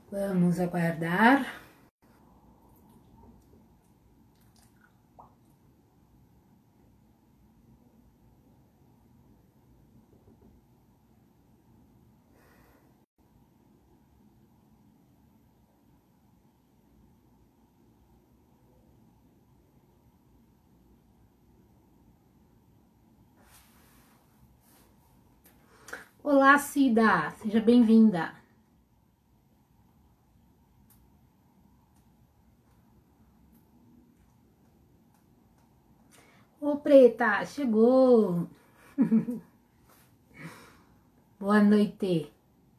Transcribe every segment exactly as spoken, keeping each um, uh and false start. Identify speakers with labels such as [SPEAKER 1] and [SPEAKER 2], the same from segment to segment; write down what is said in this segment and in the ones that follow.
[SPEAKER 1] Vamos aguardar. Olá, Cida, seja bem-vinda. Ô, Preta, chegou. Boa noite.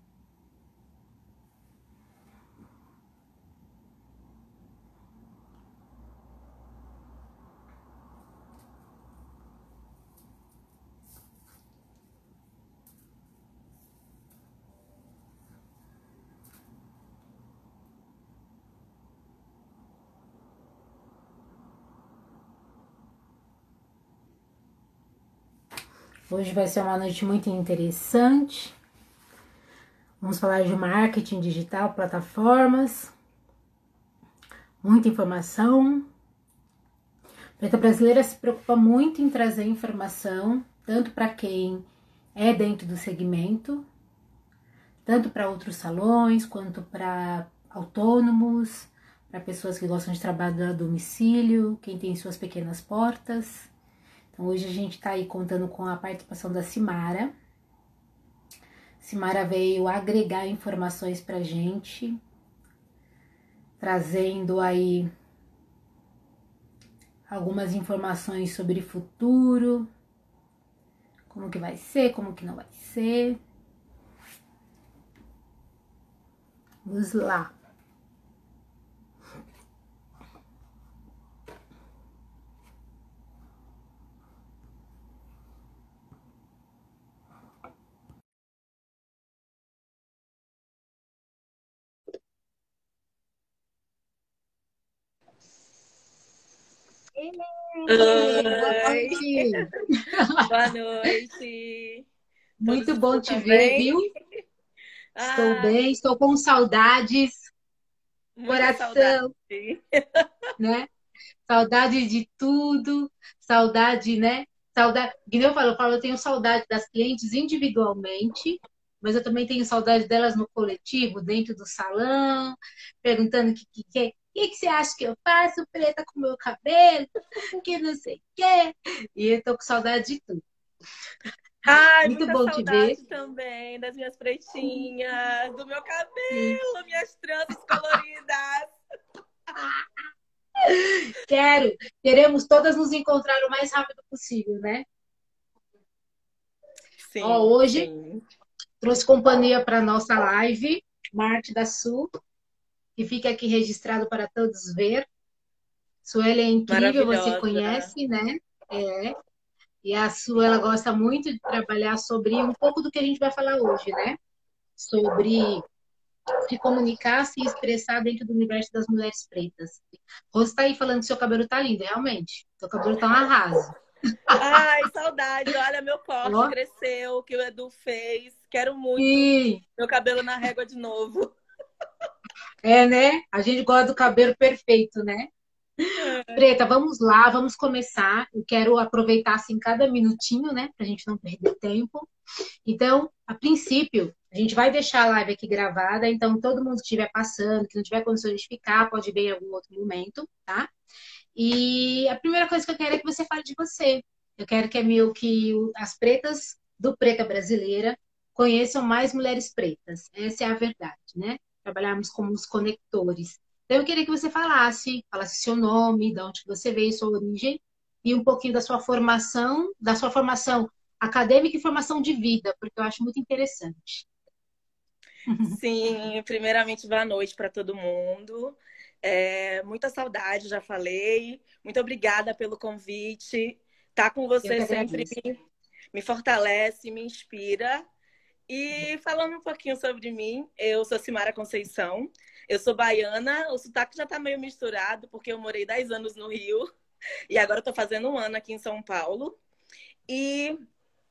[SPEAKER 1] Hoje vai ser uma noite muito interessante. Vamos falar de marketing digital, plataformas, muita informação. A Preta Brasileira se preocupa muito em trazer informação, tanto para quem é dentro do segmento, tanto para outros salões, quanto para autônomos, para pessoas que gostam de trabalhar a domicílio, quem tem suas pequenas portas. Então hoje a gente está aí contando com a participação da Simara. Simara veio agregar informações para a gente, trazendo aí algumas informações sobre futuro, como que vai ser, como que não vai ser. Vamos lá. Oi, boa
[SPEAKER 2] Oi,
[SPEAKER 1] noite.
[SPEAKER 2] boa noite. Todos
[SPEAKER 1] Muito bom te
[SPEAKER 2] estão
[SPEAKER 1] ver,
[SPEAKER 2] bem?
[SPEAKER 1] viu? Estou
[SPEAKER 2] Ah,
[SPEAKER 1] bem, estou com saudades,
[SPEAKER 2] muita saudade.
[SPEAKER 1] coração, né? Saudade de tudo, saudade, né? Saudade, que nem eu falo, eu falo, eu tenho saudade das clientes individualmente, mas eu também tenho saudade delas no coletivo, dentro do salão, perguntando o que, que, que, que, que você acha que eu faço, preta com meu cabelo, que não sei o quê. E eu tô com saudade de tudo.
[SPEAKER 2] Ai,
[SPEAKER 1] Muito
[SPEAKER 2] muita
[SPEAKER 1] bom te ver.
[SPEAKER 2] saudade também das minhas pretinhas, do meu cabelo, minhas tranças coloridas.
[SPEAKER 1] Quero, queremos todas nos encontrar o mais rápido possível, né? Ó,
[SPEAKER 2] Sim,
[SPEAKER 1] hoje
[SPEAKER 2] sim.
[SPEAKER 1] trouxe companhia para nossa live, Marte da Sul, que fica aqui registrado para todos ver. Sueli é incrível, você
[SPEAKER 2] Maravilhosa.
[SPEAKER 1] conhece, né? É. E a Su, ela gosta muito de trabalhar sobre um pouco do que a gente vai falar hoje, né? Sobre se comunicar, se expressar dentro do universo das mulheres pretas. Rose tá aí falando que seu cabelo tá lindo, realmente. Seu cabelo tá um arraso.
[SPEAKER 2] Ai, saudades. Olha, meu corte
[SPEAKER 1] Ó,
[SPEAKER 2] cresceu, que o Edu fez. Quero muito
[SPEAKER 1] sim.
[SPEAKER 2] meu cabelo na régua de novo.
[SPEAKER 1] É, né? A gente gosta do cabelo perfeito, né? Preta, vamos lá, vamos começar. Eu quero aproveitar assim cada minutinho, né, pra gente não perder tempo. Então, a princípio, a gente vai deixar a live aqui gravada, então todo mundo que estiver passando, que não tiver condições de ficar, pode ver em algum outro momento, tá? E a primeira coisa que eu quero é que você fale de você. Eu quero que, é meu, que as pretas do Preta Brasileira conheçam mais mulheres pretas. Essa é a verdade, né? Trabalharmos como os conectores. Então, eu queria que você falasse, falasse seu nome, de onde você veio, sua origem, e um pouquinho da sua formação, da sua formação acadêmica e formação de vida, porque eu acho muito interessante.
[SPEAKER 2] Sim, primeiramente, boa noite para todo mundo. É, muita saudade, já falei. Muito obrigada pelo convite. Tá com
[SPEAKER 1] Eu que
[SPEAKER 2] você sempre
[SPEAKER 1] agradeço.
[SPEAKER 2] me, me fortalece, me inspira. E falando um pouquinho sobre mim, eu sou Simara Conceição. Eu sou baiana, o sotaque já está meio misturado, porque eu morei dez anos no Rio e agora estou fazendo um ano aqui em São Paulo. E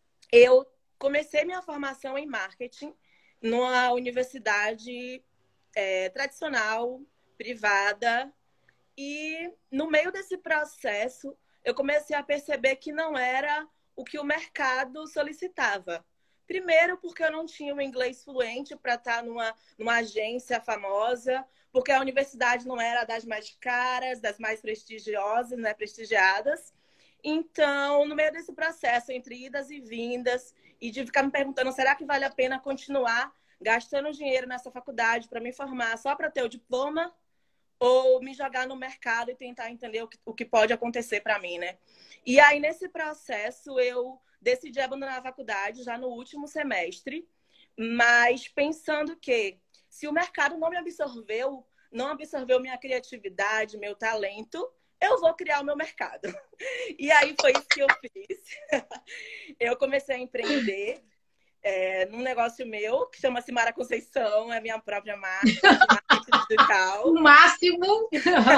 [SPEAKER 2] eu comecei minha formação em marketing numa universidade é, tradicional, privada. E no meio desse processo, eu comecei a perceber que não era o que o mercado solicitava. Primeiro, porque eu não tinha o inglês fluente para estar numa, numa agência famosa, porque a universidade não era das mais caras, das mais prestigiosas, né, prestigiadas. Então, no meio desse processo, entre idas e vindas, e de ficar me perguntando, será que vale a pena continuar gastando dinheiro nessa faculdade para me formar só para ter o diploma ou me jogar no mercado e tentar entender o que, o que pode acontecer para mim, né? E aí, nesse processo, eu decidi abandonar a faculdade já no último semestre, mas pensando que se o mercado não me absorveu, não absorveu minha criatividade, meu talento, eu vou criar o meu mercado. E aí foi isso que eu fiz. Eu comecei a empreender é, num negócio meu, que chama Simara Conceição, é minha própria marca de marketing digital.
[SPEAKER 1] O máximo!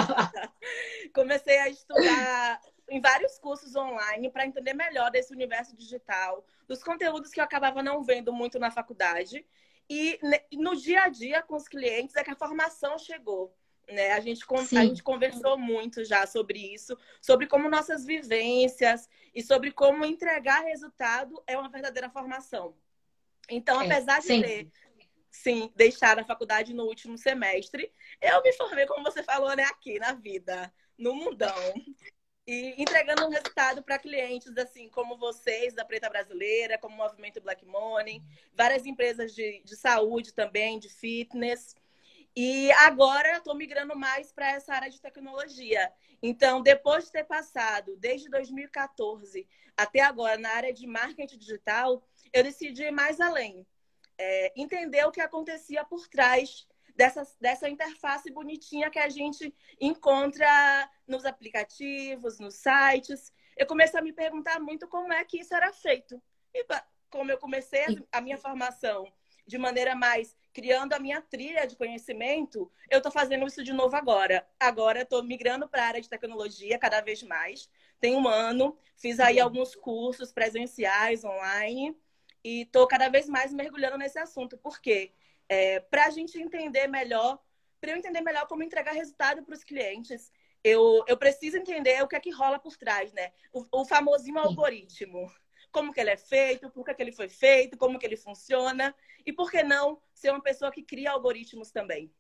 [SPEAKER 2] Comecei a estudar em vários cursos online para entender melhor desse universo digital, dos conteúdos que eu acabava não vendo muito na faculdade. E no dia a dia com os clientes é que a formação chegou. Né? A gente, a gente conversou muito já sobre isso, sobre como nossas vivências e sobre como entregar resultado é uma verdadeira formação. Então, apesar é, de ter, sim, deixado a faculdade no último semestre, eu me formei, como você falou, né, aqui na vida, no mundão. E entregando um resultado para clientes, assim, como vocês, da Preta Brasileira, como o Movimento Black Money, várias empresas de, de saúde também, de fitness. E agora estou migrando mais para essa área de tecnologia. Então, depois de ter passado desde dois mil e quatorze até agora na área de marketing digital, eu decidi ir mais além. É, entender o que acontecia por trás dessa, dessa interface bonitinha que a gente encontra nos aplicativos, nos sites. Eu comecei a me perguntar muito como é que isso era feito. E como eu comecei a minha formação de maneira mais criando a minha trilha de conhecimento, eu estou fazendo isso de novo agora. Agora estou migrando para a área de tecnologia cada vez mais. Tem um ano, fiz aí alguns cursos presenciais, online, e estou cada vez mais mergulhando nesse assunto. Por quê? É, para a gente entender melhor, para eu entender melhor como entregar resultado para os clientes, eu, eu preciso entender o que é que rola por trás, né? O, o famosinho algoritmo. Como que ele é feito, por que, que ele foi feito, como que ele funciona e por que não ser uma pessoa que cria algoritmos também.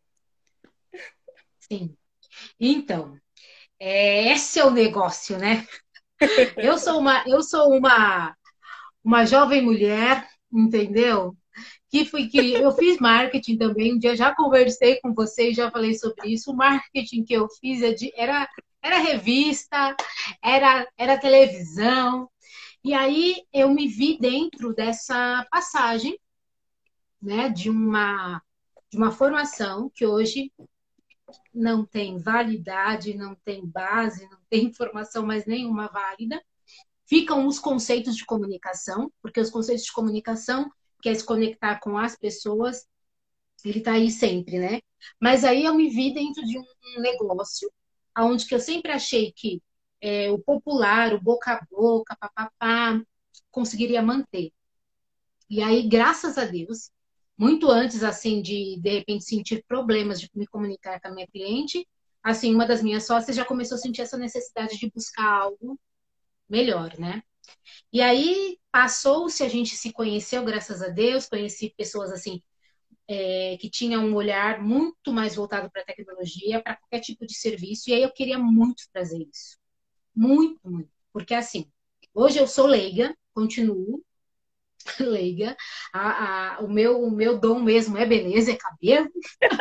[SPEAKER 1] Sim. Então, é, esse é o negócio, né? Eu sou uma, eu sou uma, uma jovem mulher, entendeu? Que fui que eu fiz marketing também. Um dia já conversei com você e já falei sobre isso. O marketing que eu fiz é de, era, era revista, era, era televisão. E aí eu me vi dentro dessa passagem, né, de uma, de uma formação que hoje não tem validade, não tem base, não tem informação mais nenhuma válida. Ficam os conceitos de comunicação, porque os conceitos de comunicação, que é se conectar com as pessoas, ele está aí sempre, né? Mas aí eu me vi dentro de um negócio, onde que eu sempre achei que é, o popular, o boca a boca, papapá, conseguiria manter. E aí, graças a Deus, muito antes, assim, de, de repente, sentir problemas de me comunicar com a minha cliente, assim, uma das minhas sócias já começou a sentir essa necessidade de buscar algo melhor, né? E aí, passou-se, a gente se conheceu, graças a Deus, conheci pessoas, assim, é, que tinham um olhar muito mais voltado para a tecnologia, para qualquer tipo de serviço, e aí eu queria muito trazer isso. Muito, muito. Porque, assim, hoje eu sou leiga, continuo leiga, a, a, o, meu, o meu dom mesmo é beleza, é cabelo,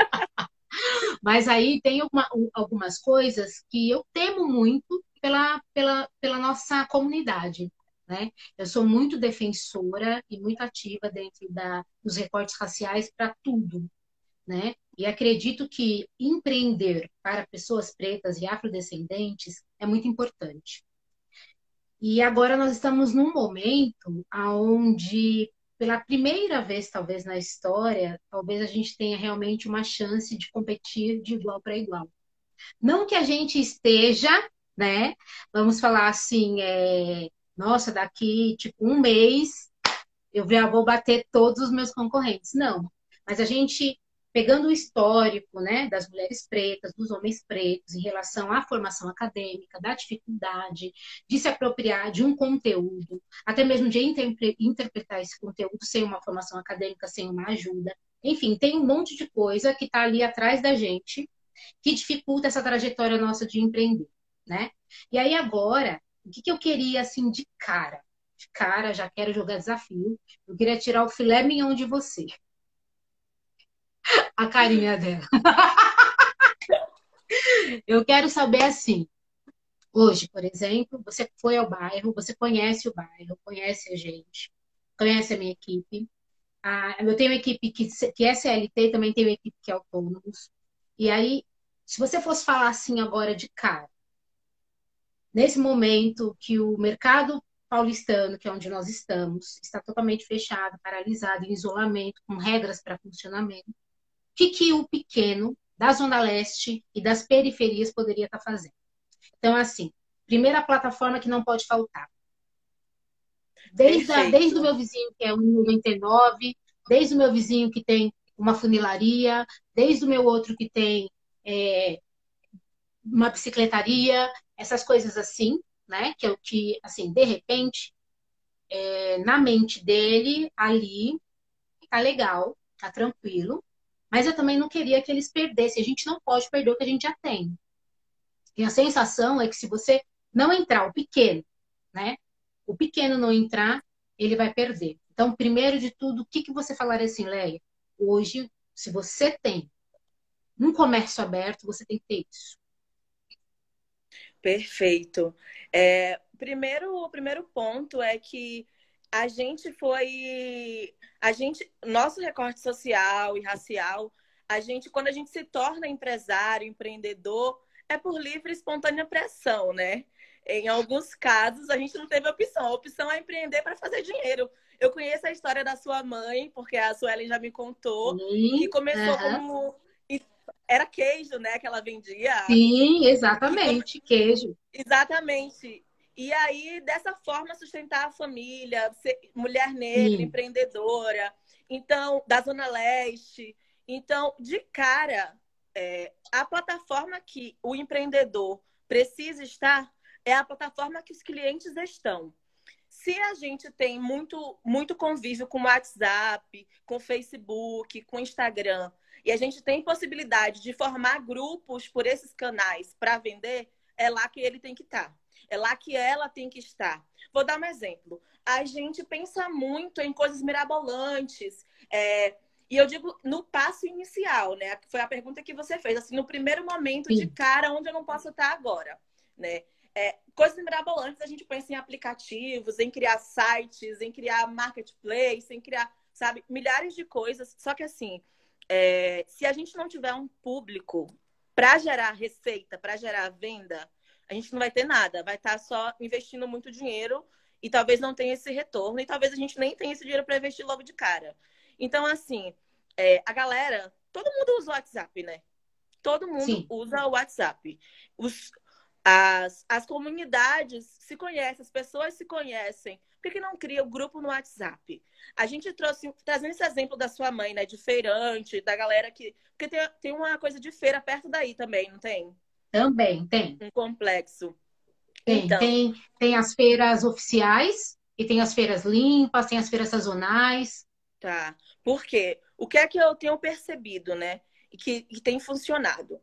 [SPEAKER 1] mas aí tem uma, algumas coisas que eu temo muito pela, pela, pela nossa comunidade, né? Eu sou muito defensora e muito ativa dentro da, dos recortes raciais para tudo, né? E acredito que empreender para pessoas pretas e afrodescendentes é muito importante. E agora nós estamos num momento onde, pela primeira vez, talvez, na história, talvez a gente tenha realmente uma chance de competir de igual para igual. Não que a gente esteja, né? Vamos falar assim, é, nossa, daqui tipo um mês eu já vou bater todos os meus concorrentes. Não. Mas a gente pegando o histórico, né, das mulheres pretas, dos homens pretos, em relação à formação acadêmica, da dificuldade de se apropriar de um conteúdo, até mesmo de interpre- interpretar esse conteúdo sem uma formação acadêmica, sem uma ajuda. Enfim, tem um monte de coisa que está ali atrás da gente que dificulta essa trajetória nossa de empreender, né? E aí agora, o que, que eu queria, assim, de cara? De cara, já quero jogar desafio. Eu queria tirar o filé mignon de você. A carinha dela. Eu quero saber assim, hoje, por exemplo, você foi ao bairro, você conhece o bairro, conhece a gente, conhece a minha equipe. Ah, eu tenho uma equipe que, que é C L T, também tenho uma equipe que é autônomos. E aí, se você fosse falar assim agora de cara, nesse momento que o mercado paulistano, que é onde nós estamos, está totalmente fechado, paralisado, em isolamento, com regras para funcionamento, o que, que o pequeno da Zona Leste e das periferias poderia estar fazendo? Então, assim, primeira plataforma que não pode faltar. Desde, a, desde o
[SPEAKER 2] Perfeito.
[SPEAKER 1] meu vizinho, que é um e noventa e nove, desde o meu vizinho que tem uma funilaria, desde o meu outro que tem é, uma bicicletaria, essas coisas assim, né? Que é o que, assim, de repente, é, na mente dele, ali, tá legal, tá tranquilo, mas eu também não queria que eles perdessem. A gente não pode perder o que a gente já tem. E a sensação é que se você não entrar, o pequeno, né? O pequeno não entrar, ele vai perder. Então, primeiro de tudo, o que, que você falaria assim, Leia? Hoje, se você tem um comércio aberto, você tem que ter isso.
[SPEAKER 2] Perfeito. É, primeiro, o primeiro ponto é que a gente foi, a gente, nosso recorte social e racial, a gente, quando a gente se torna empresário, empreendedor, é por livre e espontânea pressão, né? Em alguns casos, a gente não teve opção. A opção é empreender para fazer dinheiro. Eu conheço a história da sua mãe, porque a Suelen já me contou, que
[SPEAKER 1] Sim,
[SPEAKER 2] começou
[SPEAKER 1] aham.
[SPEAKER 2] como era queijo, né, que ela vendia.
[SPEAKER 1] Sim,
[SPEAKER 2] E
[SPEAKER 1] exatamente, queijo.
[SPEAKER 2] Exatamente. E aí, dessa forma, sustentar a família, ser mulher negra,
[SPEAKER 1] Sim,
[SPEAKER 2] empreendedora, então, da Zona Leste. Então, de cara, é, a plataforma que o empreendedor precisa estar é a plataforma que os clientes estão. Se a gente tem muito, muito convívio com o WhatsApp, com o Facebook, com o Instagram, e a gente tem possibilidade de formar grupos por esses canais para vender, é lá que ele tem que estar. É lá que ela tem que estar. Vou dar um exemplo. A gente pensa muito em coisas mirabolantes. É, e eu digo no passo inicial, né? Que foi a pergunta que você fez. Assim, no primeiro momento de
[SPEAKER 1] sim,
[SPEAKER 2] cara, onde eu não posso estar agora, né? É, coisas mirabolantes, a gente pensa em aplicativos, em criar sites, em criar marketplace, em criar, sabe, milhares de coisas. Só que assim, é, se a gente não tiver um público para gerar receita, para gerar venda, a gente não vai ter nada. Vai estar só investindo muito dinheiro e talvez não tenha esse retorno e talvez a gente nem tenha esse dinheiro para investir logo de cara. Então, assim, é, a galera, todo mundo usa o WhatsApp, né? Todo mundo
[SPEAKER 1] sim.
[SPEAKER 2] usa o WhatsApp. Os, as, as comunidades se conhecem, as pessoas se conhecem. Por que, que não cria o grupo no WhatsApp? A gente trouxe, trazendo esse exemplo da sua mãe, né? De feirante, da galera que. Porque tem, tem uma coisa de feira perto daí também, não tem?
[SPEAKER 1] Também tem.
[SPEAKER 2] Um complexo.
[SPEAKER 1] Tem,
[SPEAKER 2] Então,
[SPEAKER 1] tem, tem as feiras oficiais e tem as feiras limpas, tem as feiras sazonais.
[SPEAKER 2] tá. Por quê? O que é que eu tenho percebido, né? E que, que tem funcionado?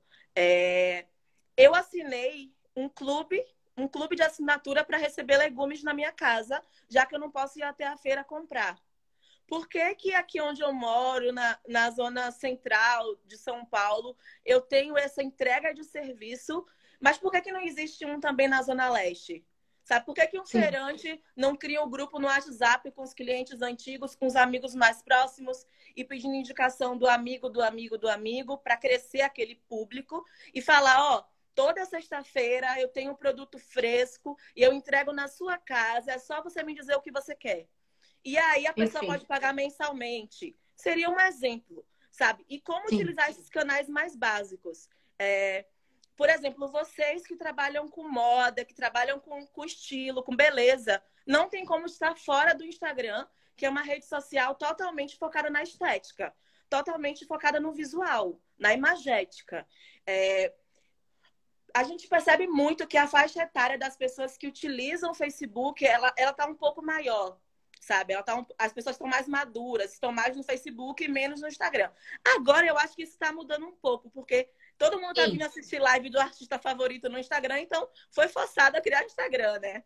[SPEAKER 2] É, eu assinei um clube, um clube de assinatura para receber legumes na minha casa, já que eu não posso ir até a feira comprar. Por que que aqui onde eu moro, na, na zona central de São Paulo, eu tenho essa entrega de serviço, mas por que que não existe um também na zona leste? Sabe, por que que um
[SPEAKER 1] Sim,
[SPEAKER 2] feirante não cria um grupo no WhatsApp com os clientes antigos, com os amigos mais próximos e pedindo indicação do amigo, do amigo, do amigo, para crescer aquele público e falar, ó, toda sexta-feira eu tenho um produto fresco e eu entrego na sua casa, é só você me dizer o que você quer. E aí a pessoa pode
[SPEAKER 1] perfeito.
[SPEAKER 2] pagar mensalmente. Seria um exemplo, sabe? E como
[SPEAKER 1] Sim,
[SPEAKER 2] utilizar esses canais mais básicos? É, por exemplo, vocês que trabalham com moda, que trabalham com, com estilo, com beleza, não tem como estar fora do Instagram, que é uma rede social totalmente focada na estética. totalmente focada no visual, na imagética. É, a gente percebe muito que a faixa etária das pessoas que utilizam o Facebook, ela, ela tá um pouco maior, sabe? Ela tá um, as pessoas estão mais maduras, estão mais no Facebook e menos no Instagram. Agora eu acho que isso está mudando um pouco, porque todo mundo tá
[SPEAKER 1] Sim,
[SPEAKER 2] vindo assistir live do artista favorito no Instagram, então foi forçado a criar Instagram, né?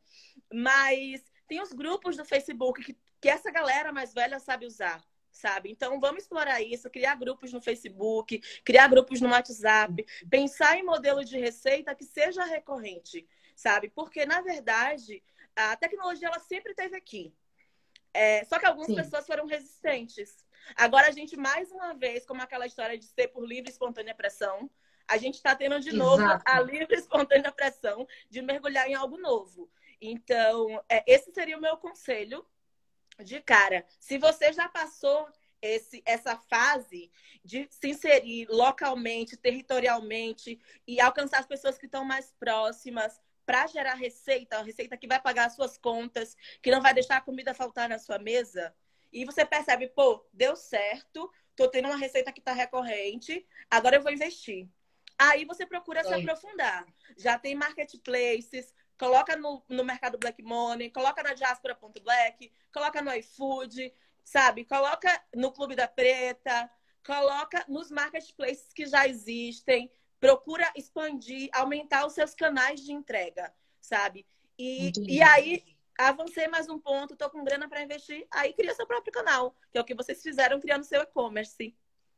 [SPEAKER 2] Mas tem os grupos do Facebook que, que essa galera mais velha sabe usar. Sabe? Então, vamos explorar isso, criar grupos no Facebook, criar grupos no WhatsApp, pensar em modelo de receita que seja recorrente, sabe? Porque, na verdade, a tecnologia ela sempre esteve aqui. É, só que algumas
[SPEAKER 1] sim,
[SPEAKER 2] pessoas foram resistentes. Agora, a gente, mais uma vez, como aquela história de ser por livre e espontânea pressão, a gente está tendo de novo
[SPEAKER 1] exato.
[SPEAKER 2] a livre e espontânea pressão de mergulhar em algo novo. Então, é, esse seria o meu conselho de cara. Se você já passou esse, essa fase de se inserir localmente, territorialmente e alcançar as pessoas que estão mais próximas para gerar receita, a receita que vai pagar as suas contas, que não vai deixar a comida faltar na sua mesa, e você percebe, pô, deu certo, tô tendo uma receita que está recorrente, agora eu vou investir. Aí você procura se
[SPEAKER 1] É,
[SPEAKER 2] aprofundar. Já tem marketplaces, coloca no, no mercado Black Money, coloca na diaspora.black, coloca no iFood, sabe? Coloca no Clube da Preta, coloca nos marketplaces que já existem, procura expandir, aumentar os seus canais de entrega, sabe? E, e
[SPEAKER 1] entendi.
[SPEAKER 2] aí, avancei mais um ponto, tô com grana para investir, aí cria seu próprio canal, que é o que vocês fizeram criando seu e-commerce.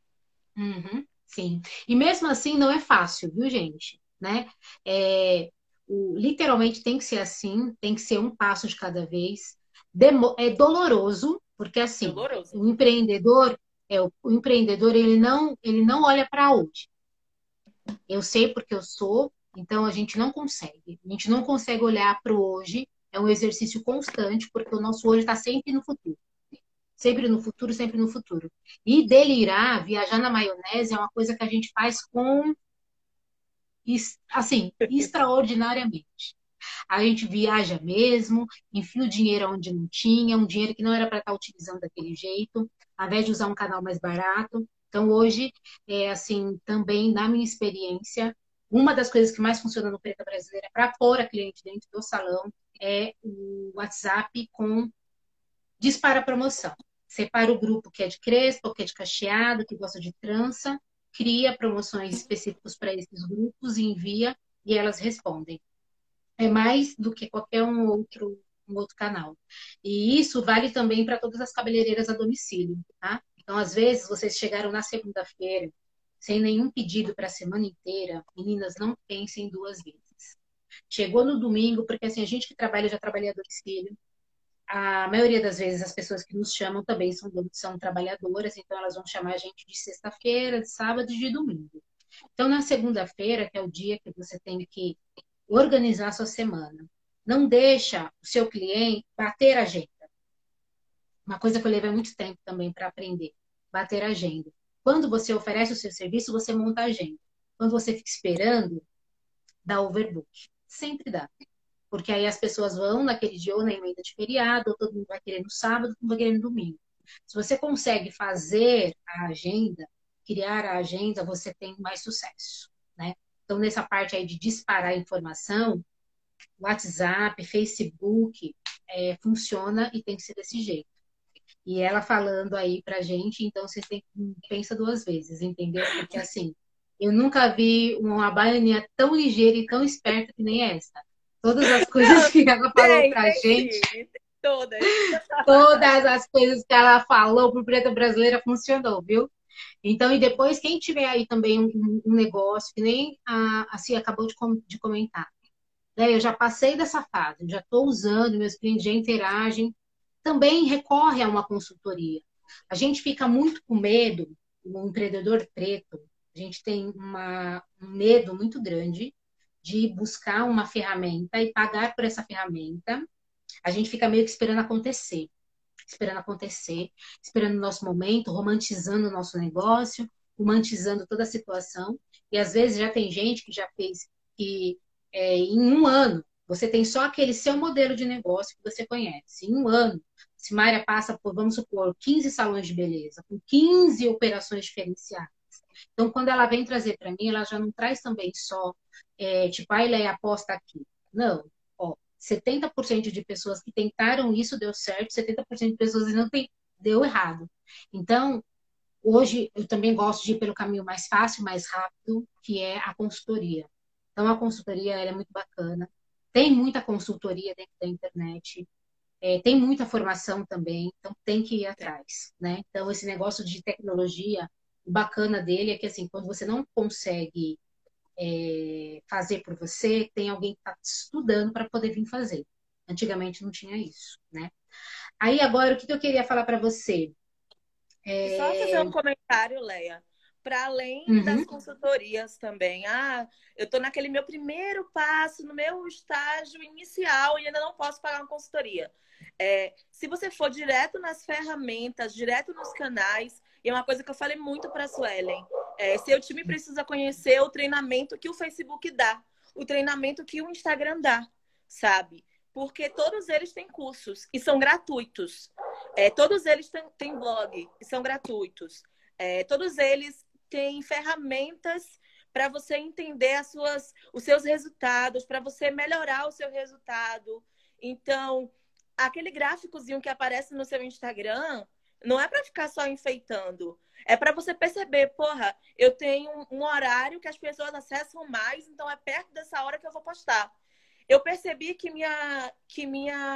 [SPEAKER 1] Uhum, sim. E mesmo assim não é fácil, viu, gente? Né? É, o- literalmente tem que ser assim, tem que ser um passo de cada vez. Demo- é doloroso, porque assim,
[SPEAKER 2] Doloroso.
[SPEAKER 1] o empreendedor, é, o, o empreendedor, ele não, ele não olha para hoje. Eu sei porque eu sou, então a gente não consegue. A gente não consegue olhar para o hoje. É um exercício constante, porque o nosso olho está sempre no futuro. Sempre no futuro, sempre no futuro. E delirar, viajar na maionese é uma coisa que a gente faz com, assim, extraordinariamente. A gente viaja mesmo, enfia o dinheiro onde não tinha, um dinheiro que não era para estar utilizando daquele jeito, ao invés de usar um canal mais barato. Então, hoje, é assim, também, na minha experiência, uma das coisas que mais funciona no Preta Brasileira para pôr a cliente dentro do salão é o WhatsApp com dispara a promoção. Separa o grupo que é de crespo, que é de cacheado, que gosta de trança, cria promoções específicas para esses grupos e envia e elas respondem. É mais do que qualquer um outro, um outro canal. E isso vale também para todas as cabeleireiras a domicílio, tá? Então, às vezes, vocês chegaram na segunda-feira sem nenhum pedido para a semana inteira, meninas, não pensem duas vezes. Chegou no domingo, porque assim, a gente que trabalha, já trabalha a domicílio, a maioria das vezes as pessoas que nos chamam também são, são trabalhadoras, então elas vão chamar a gente de sexta-feira, de sábado e de domingo. Então, na segunda-feira, que é o dia que você tem que organizar a sua semana, não deixa o seu cliente bater a agenda. Uma coisa que eu levei muito tempo também para aprender, bater a agenda. Quando você oferece o seu serviço, você monta a agenda. Quando você fica esperando, dá overbook. Sempre dá. Porque aí as pessoas vão naquele dia ou na emenda de feriado, ou todo mundo vai querer no sábado, todo mundo vai querer no domingo. Se você consegue fazer a agenda, criar a agenda, você tem mais sucesso, né? Então, nessa parte aí de disparar a informação, WhatsApp, Facebook, é, funciona e tem que ser desse jeito. E ela falando aí pra gente, então vocês têm que pensa duas vezes, entendeu? Porque assim, eu nunca vi uma baianinha tão ligeira e tão esperta que nem essa. Todas as coisas
[SPEAKER 2] Não,
[SPEAKER 1] que ela falou
[SPEAKER 2] tem,
[SPEAKER 1] pra
[SPEAKER 2] tem
[SPEAKER 1] gente,
[SPEAKER 2] sim, tem todas.
[SPEAKER 1] todas as coisas que ela falou pro Preta Brasileira funcionou, viu? Então, e depois, quem tiver aí também um, um negócio, que nem a, a Cia acabou de, com, de comentar, né? Eu já passei dessa fase, já estou usando, meus clientes já interagem, também recorre a uma consultoria. A gente fica muito com medo, o empreendedor preto, a gente tem uma, um medo muito grande de buscar uma ferramenta e pagar por essa ferramenta. A gente fica meio que esperando acontecer, esperando acontecer, esperando o nosso momento, romantizando o nosso negócio, romantizando toda a situação. E às vezes já tem gente que já fez que é, em um ano você tem só aquele seu modelo de negócio que você conhece. Em um ano Simária passa por, vamos supor, quinze salões de beleza, com quinze operações diferenciadas. Então, quando ela vem trazer para mim, ela já não traz também só, é, tipo, a Ileia aposta aqui. Não, ó, setenta por cento de pessoas que tentaram isso deu certo, setenta por cento de pessoas que não tem, deu errado. Então, hoje eu também gosto de ir pelo caminho mais fácil, mais rápido, que é a consultoria. Então, a consultoria ela é muito bacana. Tem muita consultoria dentro da internet. É, tem muita formação também, então tem que ir atrás, né? Então, esse negócio de tecnologia, o bacana dele é que, assim, quando você não consegue é, fazer por você, tem alguém que está estudando para poder vir fazer. Antigamente não tinha isso, né? Aí, agora, o que que eu queria falar para você?
[SPEAKER 2] E só fazer
[SPEAKER 1] É...
[SPEAKER 2] um comentário, Leia. Para além das
[SPEAKER 1] Uhum,
[SPEAKER 2] consultorias também. Ah, eu estou naquele meu primeiro passo, no meu estágio inicial e ainda não posso pagar uma consultoria. É, se você for direto nas ferramentas, direto nos canais, e é uma coisa que eu falei muito para a Suelen, é, seu time precisa conhecer o treinamento que o Facebook dá, o treinamento que o Instagram dá, sabe? Porque todos eles têm cursos e são gratuitos. É, todos eles têm, têm blog e são gratuitos. É, todos eles têm ferramentas para você entender as suas, os seus resultados, para você melhorar o seu resultado. Então, aquele gráficozinho que aparece no seu Instagram não é para ficar só enfeitando. É para você perceber, porra, eu tenho um horário que as pessoas acessam mais, então é perto dessa hora que eu vou postar. Eu percebi que minha, que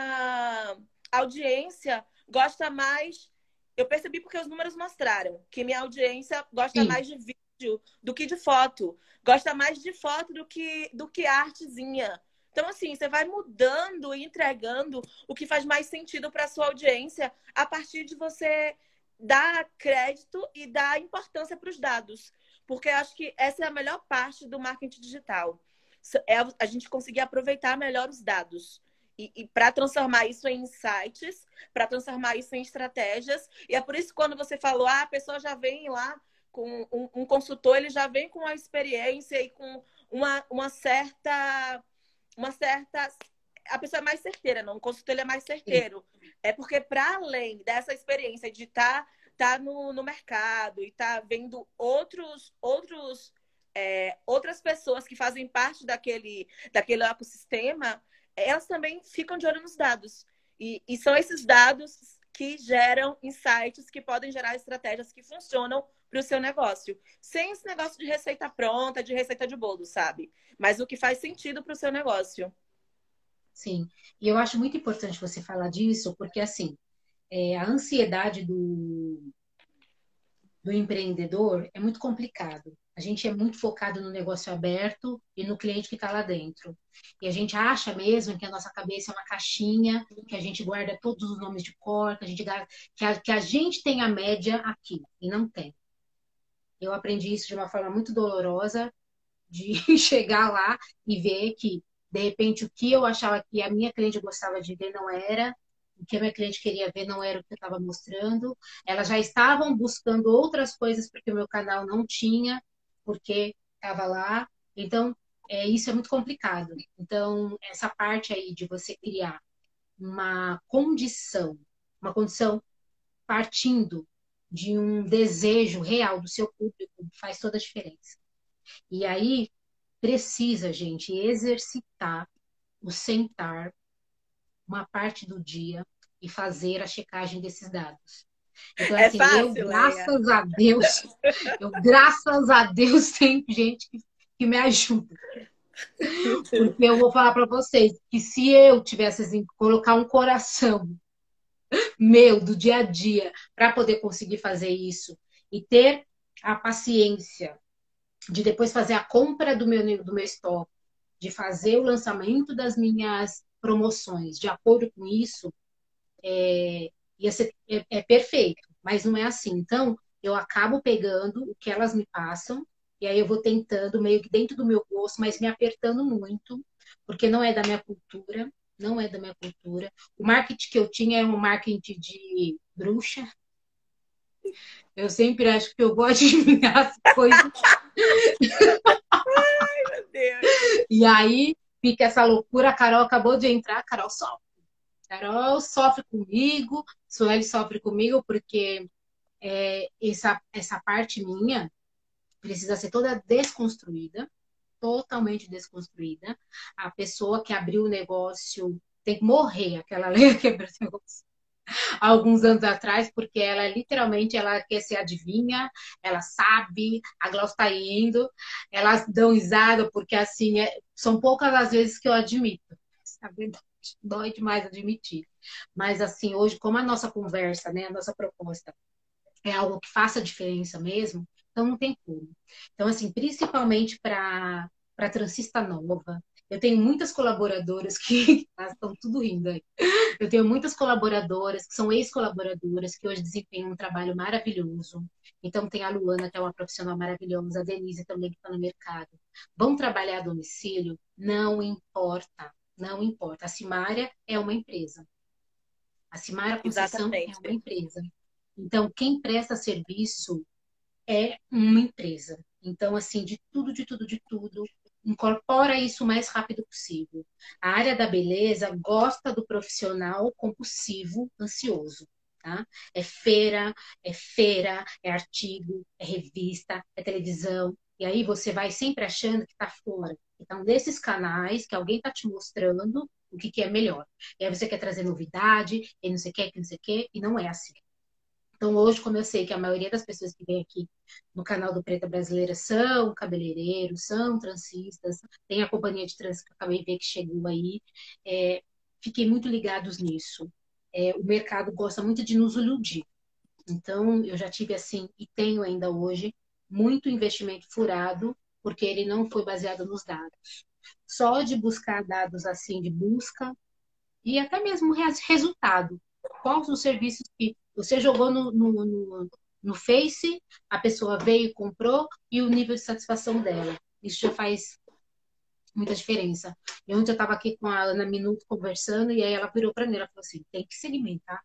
[SPEAKER 2] minha audiência gosta mais. Eu percebi porque os números mostraram que minha audiência gosta
[SPEAKER 1] sim,
[SPEAKER 2] mais de vídeo do que de foto. Gosta mais de foto do que, do que artezinha. Então, assim, você vai mudando e entregando o que faz mais sentido para a sua audiência a partir de você dar crédito e dar importância para os dados. Porque eu acho que essa é a melhor parte do marketing digital. É a gente conseguir aproveitar melhor os dados. E, e para transformar isso em insights, para transformar isso em estratégias. E é por isso que quando você falou, ah, a pessoa já vem lá com um, um consultor, ele já vem com uma experiência e com uma, uma certa... Uma certa... A pessoa é mais certeira, não? O consultor ele é mais
[SPEAKER 1] sim.
[SPEAKER 2] certeiro. É porque, para além dessa experiência de estar tá, tá no, no mercado e estar tá vendo outros, outros, é, outras pessoas que fazem parte daquele, daquele ecossistema, elas também ficam de olho nos dados. E, e são esses dados que geram insights, que podem gerar estratégias que funcionam para o seu negócio. Sem esse negócio de receita pronta, de receita de bolo, sabe? Mas o que faz sentido para o seu negócio.
[SPEAKER 1] Sim, e eu acho muito importante você falar disso, porque assim, é, a ansiedade do, do empreendedor é muito complicado. A gente é muito focado no negócio aberto e no cliente que está lá dentro. E a gente acha mesmo que a nossa cabeça é uma caixinha, que a gente guarda todos os nomes de cor, que a gente, que a, que a gente tem a média aqui, e não tem. Eu aprendi isso de uma forma muito dolorosa, de chegar lá e ver que, de repente, o que eu achava que a minha cliente gostava de ver não era, o que a minha cliente queria ver não era o que eu estava mostrando. Elas já estavam buscando outras coisas porque o meu canal não tinha, porque estava lá. Então, é, isso é muito complicado. Então, essa parte aí de você criar uma condição, uma condição partindo de um desejo real do seu público, faz toda a diferença. E aí, precisa, gente, exercitar o sentar uma parte do dia e fazer a checagem desses dados. Então,
[SPEAKER 2] É
[SPEAKER 1] assim, eu,
[SPEAKER 2] fácil, Leia?
[SPEAKER 1] graças a Deus, eu, graças a Deus, tenho gente que, que me ajuda. Porque eu vou falar para vocês que se eu tivesse assim, colocar um coração meu do dia a dia para poder conseguir fazer isso e ter a paciência de depois fazer a compra do meu, do meu estoque, de fazer o lançamento das minhas promoções de acordo com isso, é, ia ser, é, é perfeito, mas não é assim. Então, eu acabo pegando o que elas me passam, e aí eu vou tentando, meio que dentro do meu gosto, mas me apertando muito, porque não é da minha cultura, não é da minha cultura. O marketing que eu tinha é um marketing de bruxa. Eu sempre acho que eu gosto de adivinhar as coisas.
[SPEAKER 2] Meu Deus.
[SPEAKER 1] E aí fica essa loucura. A Carol acabou de entrar. Carol, só Carol sofre comigo, Sueli sofre comigo, porque é, essa, essa parte minha precisa ser toda desconstruída, totalmente desconstruída. A pessoa que abriu o negócio tem que morrer, aquela lei que abriu o negócio há alguns anos atrás, porque ela literalmente ela quer ser adivinha, ela sabe, a Glaucia está indo, elas dão risada, porque assim, é, são poucas as vezes que eu admito. A verdade, dói demais admitir. Mas assim, hoje, como a nossa conversa, né, a nossa proposta é algo que faça diferença mesmo, então não tem como. Então, assim, principalmente para para transista nova, eu tenho muitas colaboradoras que elas estão tudo rindo aí. Eu tenho muitas colaboradoras que são ex-colaboradoras que hoje desempenham um trabalho maravilhoso. Então tem a Luana, que é uma profissional maravilhosa, a Denise também que está no mercado. Vão trabalhar a domicílio? Não importa, não importa. A Simária é uma empresa. A Simária Conceição é uma
[SPEAKER 2] Exatamente.
[SPEAKER 1] empresa. Então, quem presta serviço é uma empresa. Então, assim, de tudo, de tudo, de tudo, incorpora isso o mais rápido possível. A área da beleza gosta do profissional compulsivo, ansioso. Tá? É feira, é feira, é artigo, é revista, é televisão. E aí você vai sempre achando que está fora. Então, desses canais que alguém está te mostrando o que, que é melhor. E aí você quer trazer novidade, e não sei o que, que não sei o que, e não é assim. Então, hoje, como eu sei que a maioria das pessoas que vem aqui no canal do Preta Brasileira são cabeleireiros, são transistas, tem a companhia de trans que eu acabei de ver que chegou aí, é, fiquei muito ligados nisso. É, o mercado gosta muito de nos iludir. Então, eu já tive assim, e tenho ainda hoje, muito investimento furado, porque ele não foi baseado nos dados. Só de buscar dados assim, de busca, e até mesmo resultado. Quais os serviços que você jogou no, no, no, no Face, a pessoa veio e comprou, e o nível de satisfação dela. Isso já faz muita diferença. E ontem eu estava aqui com a Ana Minuto conversando, e aí ela virou para mim, ela falou assim, tem que segmentar.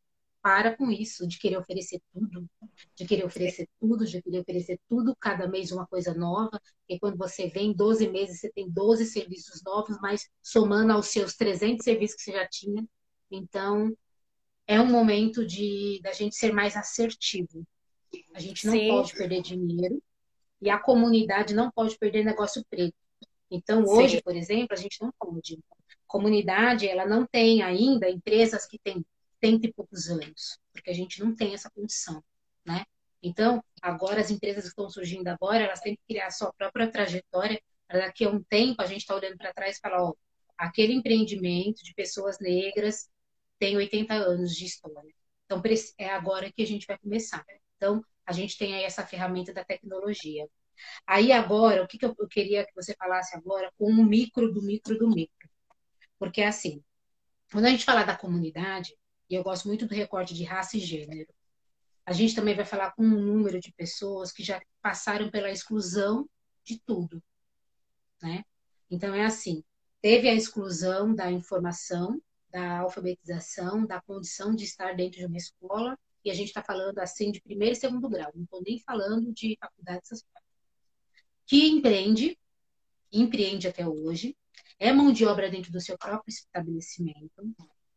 [SPEAKER 1] Para com isso de querer oferecer tudo, de querer oferecer tudo, de querer oferecer tudo, cada mês uma coisa nova, e quando você vem doze meses, você tem doze serviços novos, mas somando aos seus trezentos serviços que você já tinha. Então, é um momento de da gente ser mais assertivo. A gente não
[SPEAKER 2] Sim,
[SPEAKER 1] pode perder dinheiro e a comunidade não pode perder negócio preto. Então,
[SPEAKER 2] sim.
[SPEAKER 1] hoje, por exemplo, a gente não pode. Comunidade, ela não tem ainda empresas que têm cento e poucos anos, porque a gente não tem essa condição, né? Então, agora as empresas que estão surgindo agora, elas têm que criar a sua própria trajetória, para daqui a um tempo a gente está olhando para trás e falar, ó, aquele empreendimento de pessoas negras tem oitenta anos de história. Então, é agora que a gente vai começar. Então, a gente tem aí essa ferramenta da tecnologia. Aí agora, o que, que eu, eu queria que você falasse agora com o micro do micro do micro. Porque assim, quando a gente fala da comunidade, e eu gosto muito do recorte de raça e gênero, a gente também vai falar com um número de pessoas que já passaram pela exclusão de tudo, né? Então é assim, teve a exclusão da informação, da alfabetização, da condição de estar dentro de uma escola, e a gente está falando assim de primeiro e segundo grau, não estou nem falando de faculdade, essas coisas. Que empreende, empreende até hoje, é mão de obra dentro do seu próprio estabelecimento,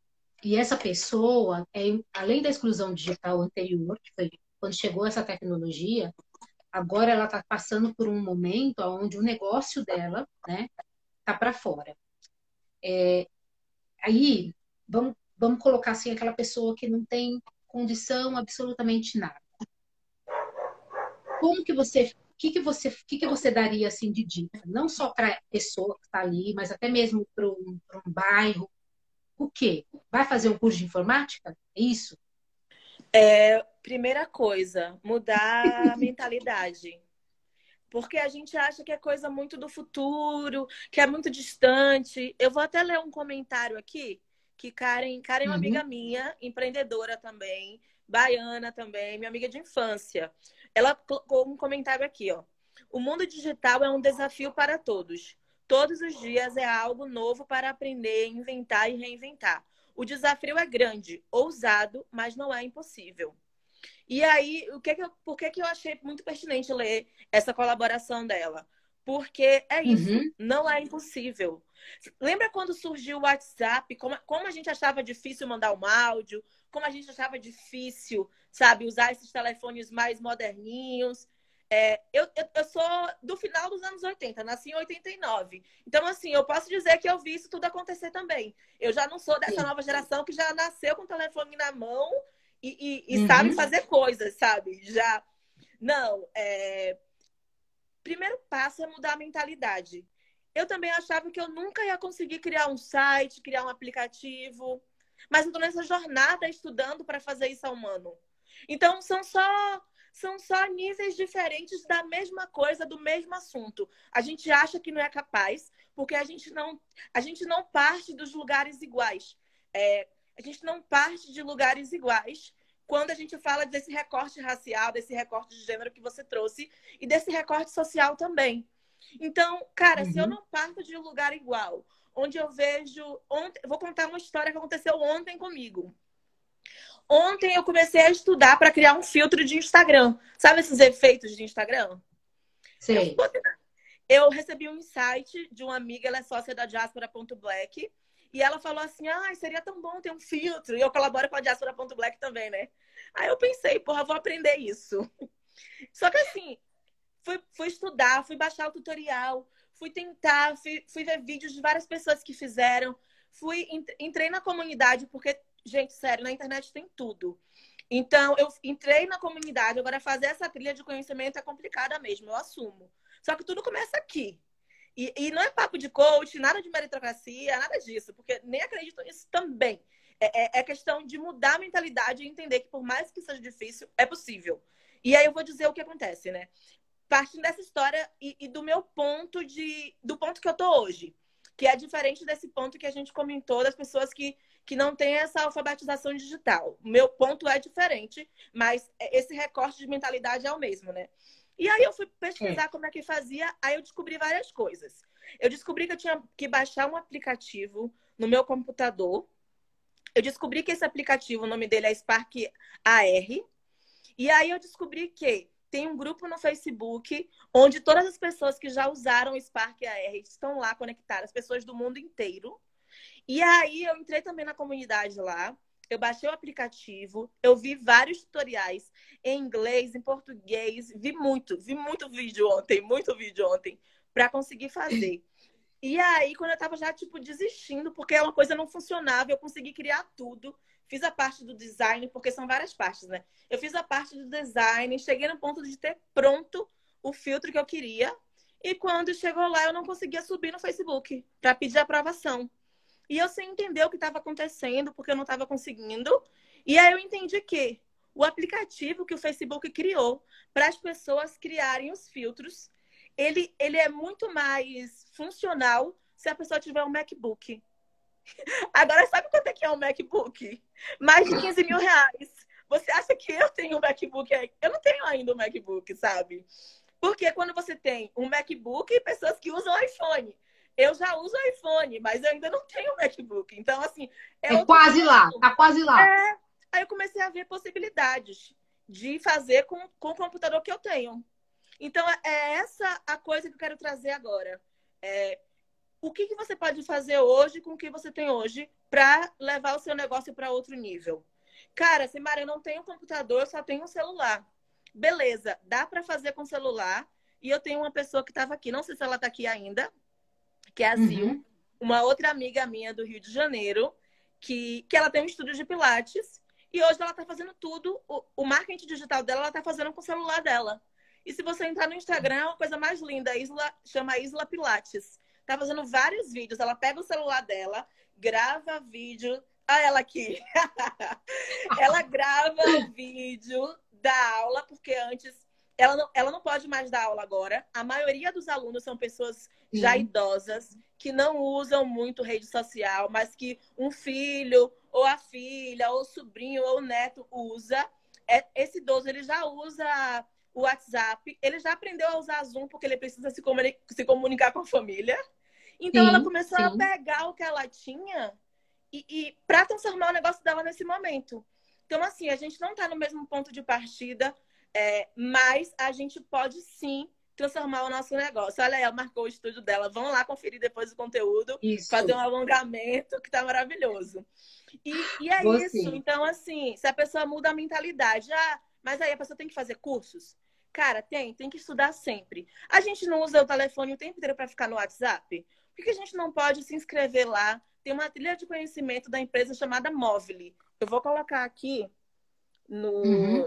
[SPEAKER 1] e essa pessoa, é, além da exclusão digital anterior, que foi quando chegou essa tecnologia, agora ela está passando por um momento onde o negócio dela, né, tá para fora. É, aí, vamos, vamos colocar assim, aquela pessoa que não tem condição absolutamente nada. Como que você, o que que você, o que que você daria assim de dica? Não só para a pessoa que está ali, mas até mesmo para um, para um bairro. O quê? Vai fazer um curso de informática? É isso?
[SPEAKER 2] É, primeira coisa, mudar a mentalidade. Porque a gente acha que é coisa muito do futuro, que é muito distante. Eu vou até ler um comentário aqui, que Karen, Karen é uma
[SPEAKER 1] Uhum.
[SPEAKER 2] amiga minha, empreendedora também, baiana também, minha amiga de infância. Ela colocou um comentário aqui, ó. O mundo digital é um desafio para todos. Todos os dias é algo novo para aprender, inventar e reinventar. O desafio é grande, ousado, mas não é impossível. E aí, o que que eu, por que que eu achei muito pertinente ler essa colaboração dela? Porque é isso,
[SPEAKER 1] Uhum.
[SPEAKER 2] não é impossível. Lembra quando surgiu o WhatsApp? Como, como a gente achava difícil mandar um áudio, como a gente achava difícil, sabe, usar esses telefones mais moderninhos. É, eu, eu, eu sou do final dos anos oitenta, nasci em oitenta e nove. Então, assim, eu posso dizer que eu vi isso tudo acontecer também. Eu já não sou dessa
[SPEAKER 1] Sim.
[SPEAKER 2] nova geração que já nasceu com o telefone na mão e, e, e sabe
[SPEAKER 1] Uhum.
[SPEAKER 2] fazer coisas, sabe? Já. Não, é primeiro passo é mudar a mentalidade. Eu também achava que eu nunca ia conseguir criar um site, criar um aplicativo, mas eu estou nessa jornada estudando para fazer isso há um ano. Então, são só, são só níveis diferentes da mesma coisa, do mesmo assunto. A gente acha que não é capaz, porque a gente não, a gente não parte dos lugares iguais. É, a gente não parte de lugares iguais quando a gente fala desse recorte racial, desse recorte de gênero que você trouxe e desse recorte social também. Então, cara, se eu
[SPEAKER 1] Uhum.
[SPEAKER 2] não parto de um lugar igual, onde eu vejo... Ontem, vou contar uma história que aconteceu ontem comigo. Ontem eu comecei a estudar para criar um filtro de Instagram. Sabe esses efeitos de Instagram? Eu,
[SPEAKER 1] Sei.
[SPEAKER 2] eu recebi um insight de uma amiga, ela é sócia da Diaspora.black, e ela falou assim, ah, seria tão bom ter um filtro. E eu colaboro com a Diaspora.black também, né? Aí eu pensei, porra, vou aprender isso. Só que assim, fui, fui estudar, fui baixar o tutorial, fui tentar, fui, fui ver vídeos de várias pessoas que fizeram, fui entrei na comunidade, porque, gente, sério, na internet tem tudo. Então, eu entrei na comunidade, agora fazer essa trilha de conhecimento é complicada mesmo, eu assumo. Só que tudo começa aqui. E, e não é papo de coach, nada de meritocracia, nada disso, porque nem acredito nisso também. É, é, é questão de mudar a mentalidade e entender que, por mais que seja difícil, é possível. E aí eu vou dizer o que acontece, né? Partindo dessa história e, e do meu ponto de. Do ponto que eu tô hoje. Que é diferente desse ponto que a gente comentou das pessoas que, que não têm essa alfabetização digital. O meu ponto é diferente, mas esse recorte de mentalidade é o mesmo, né? E aí eu fui pesquisar
[SPEAKER 1] É.
[SPEAKER 2] como é que fazia, aí eu descobri várias coisas. Eu descobri que eu tinha que baixar um aplicativo no meu computador. Eu descobri que esse aplicativo, o nome dele é Spark A R. E aí eu descobri que tem um grupo no Facebook onde todas as pessoas que já usaram o Spark A R estão lá conectadas, pessoas do mundo inteiro. E aí eu entrei também na comunidade lá, eu baixei o aplicativo, eu vi vários tutoriais em inglês, em português, vi muito, vi muito vídeo ontem, muito vídeo ontem, para conseguir fazer. E aí, quando eu tava já, tipo, desistindo, porque uma coisa não funcionava, eu consegui criar tudo. Fiz a parte do design, porque são várias partes, né? Eu fiz a parte do design, cheguei no ponto de ter pronto o filtro que eu queria. E quando chegou lá, eu não conseguia subir no Facebook para pedir aprovação. E eu sem entender o que estava acontecendo, porque eu não estava conseguindo. E aí eu entendi que o aplicativo que o Facebook criou para as pessoas criarem os filtros, ele, ele é muito mais funcional se a pessoa tiver um MacBook. Agora, sabe quanto é que é um MacBook? Mais de quinze mil reais. Você acha que eu tenho um MacBook aí? Eu não tenho ainda um MacBook, sabe? Porque quando você tem um MacBook, pessoas que usam iPhone. Eu já uso iPhone, mas eu ainda não tenho MacBook. Então, assim, é
[SPEAKER 1] É
[SPEAKER 2] outro
[SPEAKER 1] quase lá,
[SPEAKER 2] ponto.
[SPEAKER 1] tá quase lá.
[SPEAKER 2] É... Aí eu comecei a ver possibilidades de fazer com, com o computador que eu tenho. Então, é essa a coisa que eu quero trazer agora. É, o que, que você pode fazer hoje com o que você tem hoje para levar o seu negócio para outro nível? Cara, Simara, eu não tenho computador, eu só tenho um celular. Beleza, dá para fazer com celular. E eu tenho uma pessoa que estava aqui, não sei se ela está aqui ainda, que é a Zil,
[SPEAKER 1] Uhum.
[SPEAKER 2] uma outra amiga minha do Rio de Janeiro, que, que ela tem um estúdio de Pilates. E hoje ela está fazendo tudo, o, o marketing digital dela, ela está fazendo com o celular dela. E se você entrar no Instagram, é uma coisa mais linda, a Isla, chama Isla Pilates. Tá fazendo vários vídeos. Ela pega o celular dela, grava vídeo. Ah, ela aqui. Ela grava o vídeo da aula, porque antes ela não, ela não pode mais dar aula agora. A maioria dos alunos são pessoas já
[SPEAKER 1] Sim.
[SPEAKER 2] idosas, que não usam muito rede social, mas que um filho, ou a filha, ou o sobrinho, ou o neto usa. É, esse idoso ele já usa o WhatsApp, ele já aprendeu a usar Zoom, porque ele precisa se, comuni se comunicar com a família. Então ela
[SPEAKER 1] Sim,
[SPEAKER 2] começou a
[SPEAKER 1] sim.
[SPEAKER 2] pegar o que ela tinha e, e para transformar o negócio dela nesse momento. Então, assim, a gente não está no mesmo ponto de partida, é, mas a gente pode sim transformar o nosso negócio. Olha, ela marcou o estúdio dela. Vão lá conferir depois o conteúdo,
[SPEAKER 1] Isso,
[SPEAKER 2] fazer um alongamento que tá maravilhoso. E, e é isso.
[SPEAKER 1] você.
[SPEAKER 2] Então, assim, se a pessoa muda a mentalidade, ah, mas aí a pessoa tem que fazer cursos? Cara, tem, tem que estudar sempre. A gente não usa o telefone o tempo inteiro para ficar no WhatsApp? Por que a gente não pode se inscrever lá? Tem uma trilha de conhecimento da empresa chamada Movile. Eu vou colocar aqui
[SPEAKER 1] Uhum.
[SPEAKER 2] no...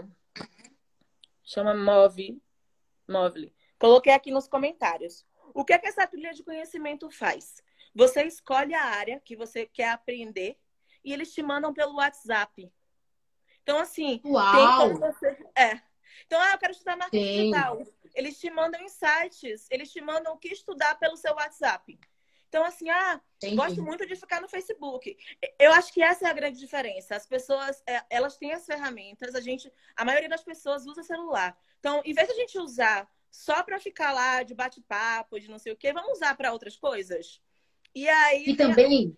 [SPEAKER 2] Chama Move, Movile. Coloquei aqui nos comentários. O que é que essa trilha de conhecimento faz? Você escolhe a área que você quer aprender e eles te mandam pelo WhatsApp. Então, assim, tem
[SPEAKER 1] Uau!
[SPEAKER 2] como você... É. Então, ah, eu quero estudar marketing
[SPEAKER 1] Tem,
[SPEAKER 2] digital. Eles te mandam insights, eles te mandam o que estudar pelo seu WhatsApp. Então, assim, ah, gosto
[SPEAKER 1] entendi.
[SPEAKER 2] muito de ficar no Facebook. Eu acho que essa é a grande diferença. As pessoas, é, elas têm as ferramentas, a gente, a maioria das pessoas usa celular. Então, em vez de a gente usar só para ficar lá de bate-papo, de não sei o quê, vamos usar para outras coisas? E aí
[SPEAKER 1] E
[SPEAKER 2] tem a...
[SPEAKER 1] também,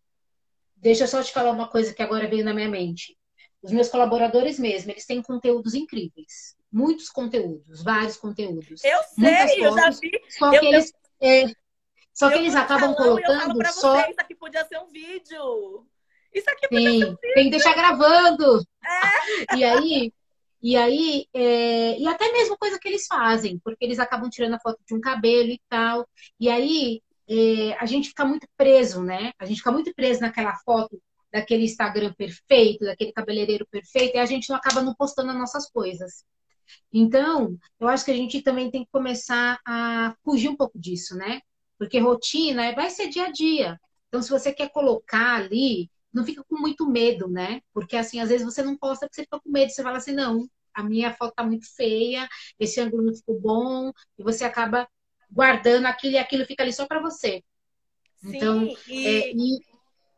[SPEAKER 1] deixa eu só te falar uma coisa que agora veio na minha mente. Os meus colaboradores mesmo, eles têm conteúdos incríveis. Muitos conteúdos, vários conteúdos,
[SPEAKER 2] Eu
[SPEAKER 1] muitas
[SPEAKER 2] sei, eu já
[SPEAKER 1] fotos,
[SPEAKER 2] vi,
[SPEAKER 1] só que
[SPEAKER 2] eu, eu,
[SPEAKER 1] eles, é, só que
[SPEAKER 2] eu
[SPEAKER 1] eles
[SPEAKER 2] vou no
[SPEAKER 1] acabam
[SPEAKER 2] salão e eu falo
[SPEAKER 1] colocando
[SPEAKER 2] para você,
[SPEAKER 1] só
[SPEAKER 2] isso aqui podia ser um vídeo. Isso aqui podia ser um
[SPEAKER 1] tem, tem que
[SPEAKER 2] vídeo.
[SPEAKER 1] deixar gravando. E aí, e aí, é, e até mesmo coisa que eles fazem, porque eles acabam tirando a foto de um cabelo e tal. E aí, é, a gente fica muito preso, né? A gente fica muito preso naquela foto daquele Instagram perfeito, daquele cabeleireiro perfeito, e a gente não acaba não postando as nossas coisas. Então, eu acho que a gente também tem que começar a fugir um pouco disso, né? Porque rotina vai ser dia a dia. Então, se você quer colocar ali, não fica com muito medo, né? Porque assim, às vezes você não posta porque você fica com medo. Você fala assim, não, a minha foto tá muito feia, esse ângulo não ficou bom, e você acaba guardando aquilo e aquilo fica ali só para você. Então,
[SPEAKER 2] Sim,
[SPEAKER 1] é,
[SPEAKER 2] e
[SPEAKER 1] e,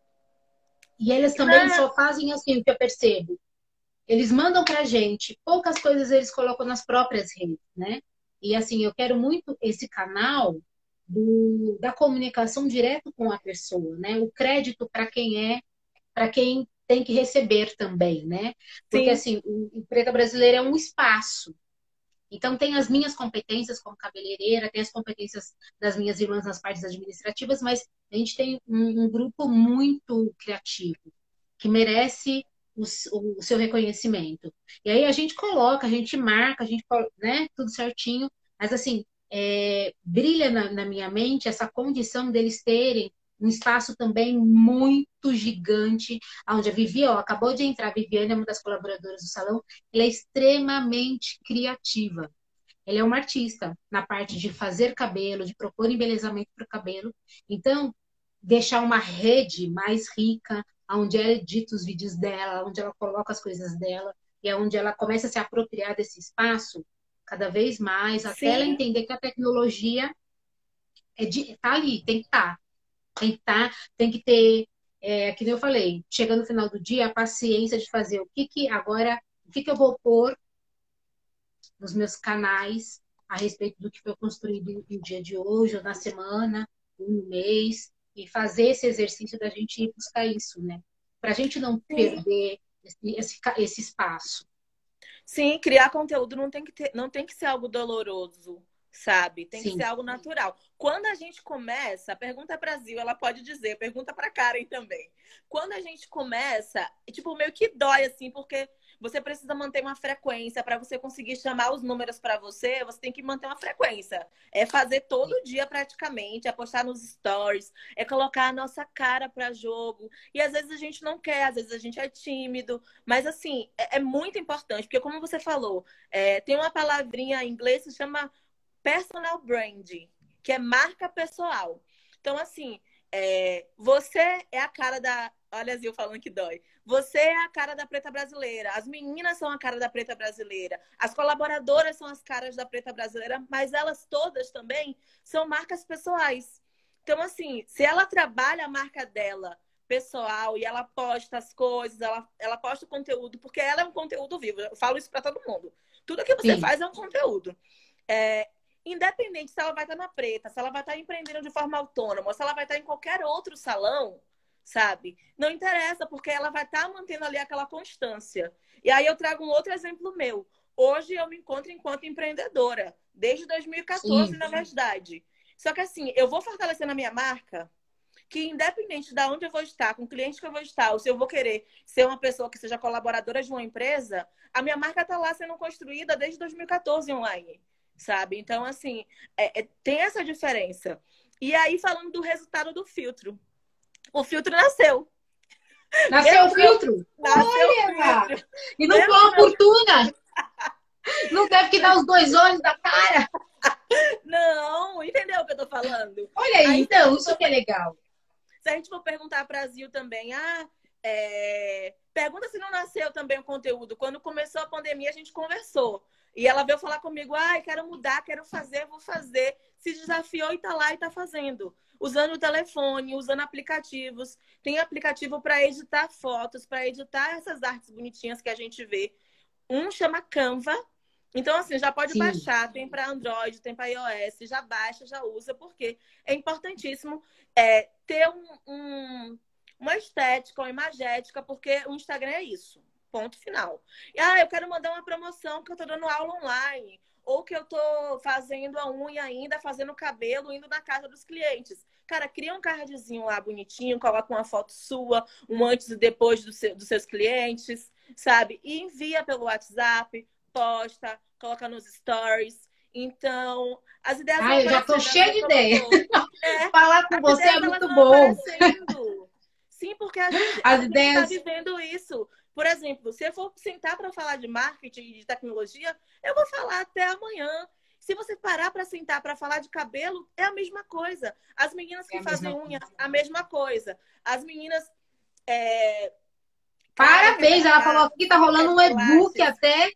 [SPEAKER 1] e eles também
[SPEAKER 2] na,
[SPEAKER 1] só fazem assim, o que eu percebo. Eles mandam pra gente, poucas coisas eles colocam nas próprias redes, né? E assim, eu quero muito esse canal do, da comunicação direto com a pessoa, né? O crédito para quem é, para quem tem que receber também, né? Porque
[SPEAKER 2] sim,
[SPEAKER 1] assim, o, o Preta Brasileira é um espaço. Então tem as minhas competências como cabeleireira, tem as competências das minhas irmãs nas partes administrativas, mas a gente tem um, um grupo muito criativo que merece o, o, seu reconhecimento. E aí a gente coloca, a gente marca, a gente, né, tudo certinho, mas assim, é, brilha na, na minha mente essa condição deles terem um espaço também muito gigante, onde a Vivi, ó, acabou de entrar, a Viviane é uma das colaboradoras do salão, ela é extremamente criativa. Ela é uma artista na parte de fazer cabelo, de propor embelezamento para o cabelo. Então, deixar uma rede mais rica, onde ela edita os vídeos dela, onde ela coloca as coisas dela, e é onde ela começa a se apropriar desse espaço cada vez mais, até ela
[SPEAKER 2] sim,
[SPEAKER 1] entender que a tecnologia é de, tá ali, tem que estar. Tá, tem que estar, tá, tem que ter, é, que nem eu falei, chegando no final do dia, a paciência de fazer o que que agora, o que que eu vou pôr nos meus canais a respeito do que foi construído no dia de hoje, ou na semana, ou no mês, e fazer esse exercício da gente ir buscar isso, né? Para a gente não
[SPEAKER 2] sim.
[SPEAKER 1] perder esse, esse, esse espaço.
[SPEAKER 2] Sim, criar conteúdo não tem que ter, não tem que ser algo doloroso, sabe? Tem que ser
[SPEAKER 1] Sim,
[SPEAKER 2] algo natural. Quando a gente começa, a pergunta é Brasil, ela pode dizer, pergunta para Karen também. Quando a gente começa, tipo, meio que dói assim, porque você precisa manter uma frequência para você conseguir chamar os números para você, você tem que manter uma frequência. É fazer todo dia praticamente, é postar nos stories, é colocar a nossa cara para jogo. E às vezes a gente não quer, às vezes a gente é tímido, mas assim, é, é muito importante, porque como você falou, é, tem uma palavrinha em inglês que se chama personal brand, que é marca pessoal. Então, assim, é, você é a cara da. Olha a Zil falando que dói. Você é a cara da Preta Brasileira. As meninas são a cara da Preta Brasileira. As colaboradoras são as caras da Preta Brasileira, mas elas todas também são marcas pessoais. Então, assim, se ela trabalha a marca dela pessoal e ela posta as coisas, ela, ela posta o conteúdo, porque ela é um conteúdo vivo. Eu falo isso para todo mundo. Tudo que você
[SPEAKER 1] sim,
[SPEAKER 2] faz é um conteúdo. É, independente se ela vai estar na Preta, se ela vai estar empreendendo de forma autônoma, ou se ela vai estar em qualquer outro salão, sabe? Não interessa, porque ela vai estar mantendo ali aquela constância. E aí eu trago um outro exemplo meu. Hoje eu me encontro enquanto empreendedora, desde dois mil e quatorze,
[SPEAKER 1] Sim,
[SPEAKER 2] na verdade. Só que assim, eu vou fortalecendo a minha marca, que independente de onde eu vou estar, com o cliente que eu vou estar, ou se eu vou querer ser uma pessoa que seja colaboradora de uma empresa, a minha marca está lá sendo construída desde dois mil e quatorze online, sabe? Então, assim, é, é, tem essa diferença. E aí, falando do resultado do filtro. O filtro nasceu.
[SPEAKER 1] nasceu o
[SPEAKER 2] Dentro do meu...
[SPEAKER 1] filtro?
[SPEAKER 2] Nasceu o
[SPEAKER 1] Olha!
[SPEAKER 2] filtro.
[SPEAKER 1] E não foi
[SPEAKER 2] Dentro do
[SPEAKER 1] uma
[SPEAKER 2] meu...
[SPEAKER 1] fortuna! Não teve que dar os dois olhos da cara!
[SPEAKER 2] Não, entendeu o que eu tô falando?
[SPEAKER 1] Olha aí,
[SPEAKER 2] Aí, se a
[SPEAKER 1] então,
[SPEAKER 2] gente
[SPEAKER 1] isso
[SPEAKER 2] for
[SPEAKER 1] que é legal.
[SPEAKER 2] Se a gente for perguntar para a Zil também, ah, é... pergunta se não nasceu também o conteúdo. Quando começou a pandemia, a gente conversou. E ela veio falar comigo, ah, quero mudar, quero fazer, vou fazer. Se desafiou e tá lá e tá fazendo. Usando o telefone, usando aplicativos. Tem aplicativo para editar fotos, para editar essas artes bonitinhas que a gente vê. Um chama Canva. Então, assim, já pode
[SPEAKER 1] Sim,
[SPEAKER 2] baixar, tem para Android, tem para iOS, já baixa, já usa, porque é importantíssimo é, ter um, um, uma estética, uma imagética, porque o Instagram é isso. Ponto final. E, ah, eu quero mandar uma promoção que eu tô dando aula online, ou que eu tô fazendo a unha ainda, fazendo o cabelo, indo na casa dos clientes. Cara, cria um cardzinho lá bonitinho, coloca uma foto sua, um antes e depois do seu, dos seus clientes, sabe? E envia pelo WhatsApp, posta, coloca nos stories. Então, as ideias vão
[SPEAKER 1] ah, eu já tô
[SPEAKER 2] aparecendo, a
[SPEAKER 1] cheia
[SPEAKER 2] Zil
[SPEAKER 1] de ideia.
[SPEAKER 2] colocou. É,
[SPEAKER 1] Falar com
[SPEAKER 2] as
[SPEAKER 1] você é
[SPEAKER 2] ideias elas
[SPEAKER 1] muito
[SPEAKER 2] vão
[SPEAKER 1] bom.
[SPEAKER 2] aparecendo. Sim, porque a gente
[SPEAKER 1] As
[SPEAKER 2] a gente está
[SPEAKER 1] ideias.
[SPEAKER 2] vivendo isso. Por exemplo, se eu for sentar para falar de marketing e de tecnologia, eu vou falar até amanhã. Se você parar para sentar para falar de cabelo, é a mesma coisa. As meninas
[SPEAKER 1] É
[SPEAKER 2] que
[SPEAKER 1] a
[SPEAKER 2] fazem
[SPEAKER 1] mesma
[SPEAKER 2] unha,
[SPEAKER 1] coisa.
[SPEAKER 2] a mesma coisa. As meninas, é, cara, que é
[SPEAKER 1] Parabéns, ela falou
[SPEAKER 2] da
[SPEAKER 1] aqui que tá rolando um
[SPEAKER 2] de
[SPEAKER 1] e-book
[SPEAKER 2] lajes.
[SPEAKER 1] até.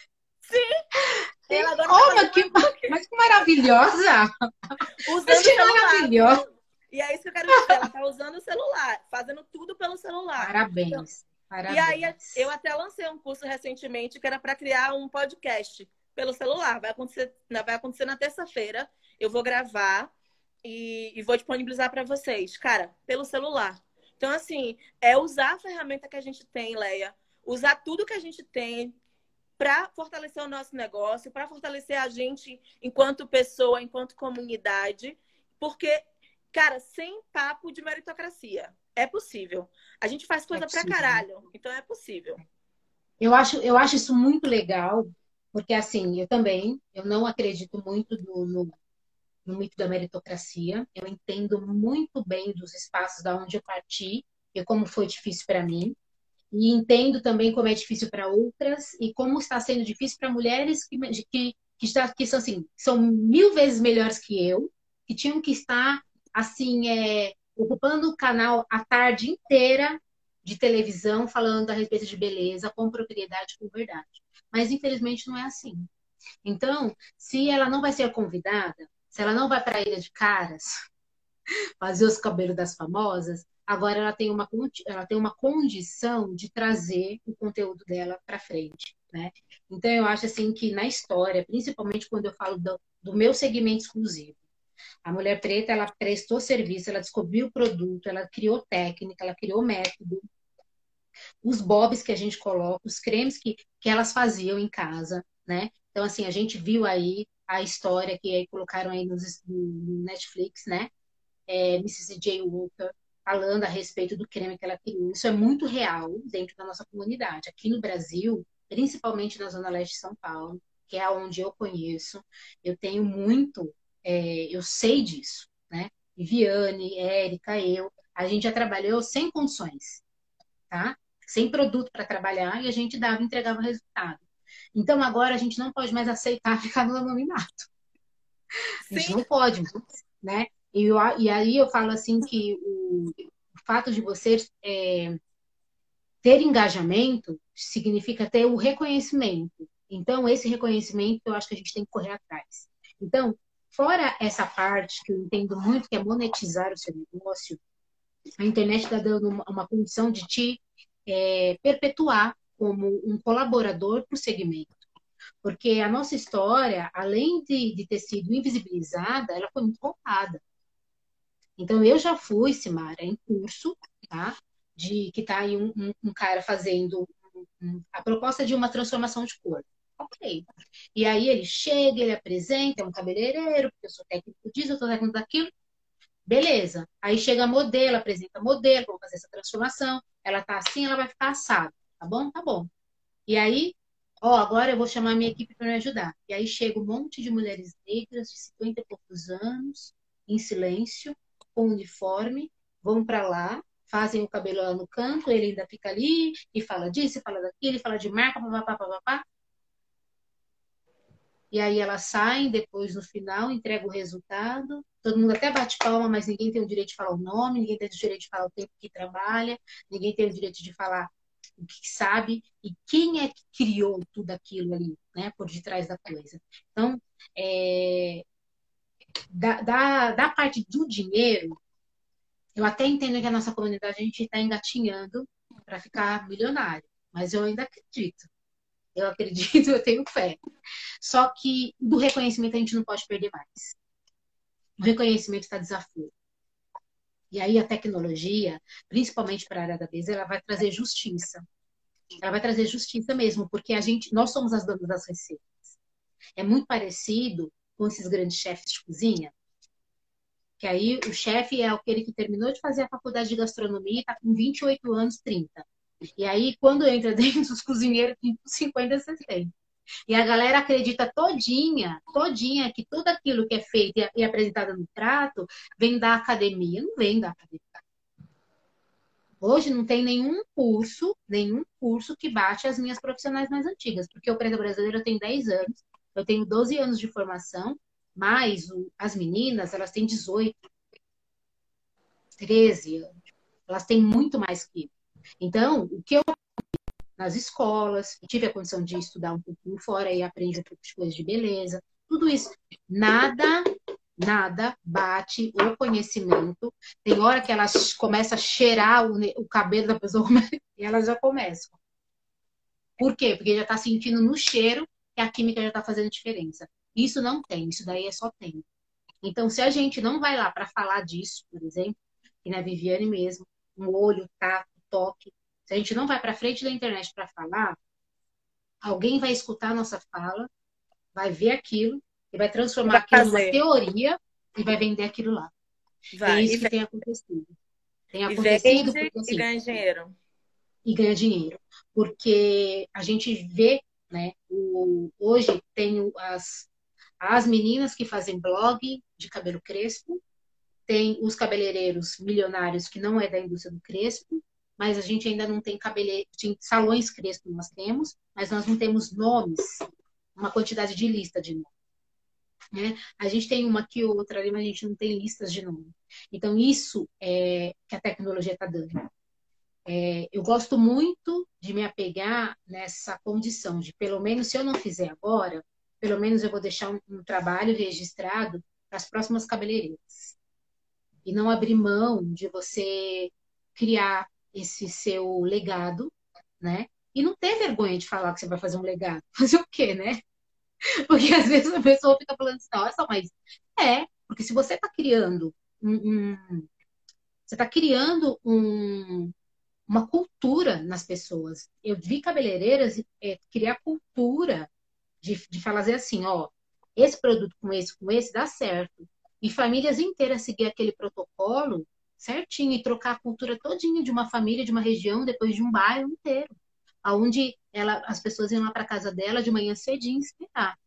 [SPEAKER 2] Ela agora tá
[SPEAKER 1] Oh, mas
[SPEAKER 2] fazendo um
[SPEAKER 1] que,
[SPEAKER 2] e-book
[SPEAKER 1] mas que maravilhosa! Mas
[SPEAKER 2] usando o
[SPEAKER 1] que
[SPEAKER 2] celular,
[SPEAKER 1] maravilhosa!
[SPEAKER 2] viu? E é isso que eu quero dizer. Ela tá usando o celular, fazendo tudo pelo celular. Então,
[SPEAKER 1] Parabéns,
[SPEAKER 2] e aí eu
[SPEAKER 1] parabéns.
[SPEAKER 2] até lancei um curso recentemente que era para criar um podcast pelo celular. Vai acontecer, vai acontecer na terça-feira. Eu vou gravar e, e vou disponibilizar para vocês. Cara, pelo celular. Então, assim, é usar a ferramenta que a gente tem, Leia. Usar tudo que a gente tem para fortalecer o nosso negócio, para fortalecer a gente enquanto pessoa, enquanto comunidade. Porque, cara, sem papo de meritocracia. É possível. A gente faz
[SPEAKER 1] É
[SPEAKER 2] coisa pra
[SPEAKER 1] possível.
[SPEAKER 2] caralho, então é possível.
[SPEAKER 1] Eu acho, eu acho isso muito legal, porque assim, eu também, eu não acredito muito do- no, no mito da meritocracia. Eu entendo muito bem dos espaços da onde eu parti e como foi difícil para mim. E entendo também como é difícil para outras e como está sendo difícil para mulheres que, que, que, está, que são, assim, são mil vezes melhores que eu, que tinham que estar assim, é, ocupando o canal a tarde inteira de televisão falando a respeito de beleza, com propriedade, com verdade. Mas infelizmente não é assim. Então, se ela não vai ser convidada, se ela não vai para a Ilha de Caras, fazer os cabelos das famosas, agora ela tem uma, ela tem uma condição de trazer o conteúdo dela para frente, né? Então eu acho assim que na história, principalmente quando eu falo do, do meu segmento exclusivo, a mulher preta ela prestou serviço, ela descobriu o produto, ela criou técnica, ela criou método, os bobs que a gente coloca, os cremes que, que elas faziam em casa, né? Então assim a gente viu aí a história que aí colocaram aí no, no Netflix, né? é, missus J. Walker, falando a respeito do creme que ela criou. Isso é muito real dentro da nossa comunidade. Aqui no Brasil, principalmente na Zona Leste de São Paulo, que é onde eu conheço, eu tenho muito, é, eu sei disso, né? Viviane, Érica, eu, a gente já trabalhou sem condições, tá? Sem produto para trabalhar e a gente dava, entregava o resultado. Então agora a gente não pode mais aceitar ficar no anonimato. A gente
[SPEAKER 2] Sim,
[SPEAKER 1] não pode, né? E, eu, e aí eu falo assim que o, o fato de você é, ter engajamento significa ter o reconhecimento. Então, esse reconhecimento eu acho que a gente tem que correr atrás. Então, fora essa parte que eu entendo muito, que é monetizar o seu negócio, a internet está dando uma, uma condição de te é, perpetuar como um colaborador para o segmento. Porque a nossa história, além de, de ter sido invisibilizada, ela foi muito contada. Então, eu já fui, Simara, em curso, tá? De que tá aí um, um, um cara fazendo um, um, a proposta de uma transformação de cor. ok. E aí ele chega, ele apresenta, é um cabeleireiro, porque eu sou técnico disso, eu sou técnico daquilo. Beleza. Aí chega a modelo, apresenta a modelo, vamos fazer essa transformação. Ela tá assim, ela vai ficar assada. Tá bom? Tá bom. E aí, ó, agora eu vou chamar minha equipe para me ajudar. E aí chega um monte de mulheres negras de cinquenta e poucos anos, em silêncio, com uniforme, vão para lá, fazem o cabelo lá no canto, ele ainda fica ali e fala disso, e fala daquilo, e fala de marca, papapá, papapá. E aí elas saem, depois no final, entrega o resultado. Todo mundo até bate palma, mas ninguém tem o direito de falar o nome, ninguém tem o direito de falar o tempo que trabalha, ninguém tem o direito de falar o que sabe e quem é que criou tudo aquilo ali, né, por detrás da coisa. Então, é, da, da, da parte do dinheiro, eu até entendo que a nossa comunidade a gente está engatinhando para ficar milionário, mas eu ainda acredito. Eu acredito, eu tenho fé. Só que do reconhecimento a gente não pode perder mais. O reconhecimento está desafio. E aí a tecnologia, principalmente para a área da beleza, ela vai trazer justiça. Ela vai trazer justiça mesmo, porque a gente, nós somos as donas das receitas. É muito parecido com esses grandes chefes de cozinha, que aí o chefe é aquele que terminou de fazer a faculdade de gastronomia e está com vinte e oito anos, trinta. E aí, quando entra dentro dos cozinheiros, tem cinquenta, sessenta. E a galera acredita todinha, todinha, que tudo aquilo que é feito e apresentado no prato vem da academia. Não vem da academia. Hoje não tem nenhum curso, nenhum curso que bate as minhas profissionais mais antigas, porque o Preta Brasileira tem dez anos, eu tenho doze anos de formação, mas o, as meninas, elas têm dezoito, treze anos. Elas têm muito mais que eu. Então, o que eu nas escolas, eu tive a condição de estudar um pouquinho fora e aprender um pouco de coisas de beleza, tudo isso. Nada, nada bate o conhecimento. Tem hora que elas começam a cheirar o, o cabelo da pessoa e elas já começam. Por quê? Porque já está sentindo no cheiro que a química já está fazendo diferença. Isso não tem, isso daí é só tempo. Então, se a gente não vai lá para falar disso, por exemplo, que na Viviane mesmo, um olho, tato, toque, se a gente não vai para frente da internet para falar, alguém vai escutar a nossa fala, vai ver aquilo e vai transformar
[SPEAKER 2] Vai
[SPEAKER 1] aquilo numa
[SPEAKER 2] fazer.
[SPEAKER 1] teoria e vai vender aquilo lá.
[SPEAKER 2] Vai.
[SPEAKER 1] É isso
[SPEAKER 2] E
[SPEAKER 1] que
[SPEAKER 2] vende,
[SPEAKER 1] tem acontecido. Tem
[SPEAKER 2] e
[SPEAKER 1] acontecido
[SPEAKER 2] vende
[SPEAKER 1] porque,
[SPEAKER 2] e
[SPEAKER 1] assim,
[SPEAKER 2] ganha dinheiro.
[SPEAKER 1] e ganha dinheiro. Porque a gente vê, né, o, hoje tem as, as meninas que fazem blog de cabelo crespo, tem os cabeleireiros milionários que não é da indústria do crespo, mas a gente ainda não tem cabeleireiros, salões crespo nós temos, mas nós não temos nomes, uma quantidade de lista de nomes. Né? A gente tem uma aqui ou outra ali, mas a gente não tem listas de nome. Então, isso é que a tecnologia está dando. É, eu gosto muito de me apegar nessa condição de, pelo menos, se eu não fizer agora, pelo menos eu vou deixar um, um trabalho registrado para as próximas cabeleireiras. E não abrir mão de você criar esse seu legado, né? E não ter vergonha de falar que você vai fazer um legado. Fazer o quê, né? Porque às vezes a pessoa fica falando assim, nossa, mas é, porque se você está criando um, um você está criando um, uma cultura nas pessoas. Eu vi cabeleireiras é, criar cultura de, de fazer assim, ó, esse produto com esse, com esse dá certo. E famílias inteiras seguir aquele protocolo certinho e trocar a cultura todinha de uma família, de uma região, depois de um bairro inteiro. Onde ela, as pessoas iam lá para casa dela de manhã cedinho esperar.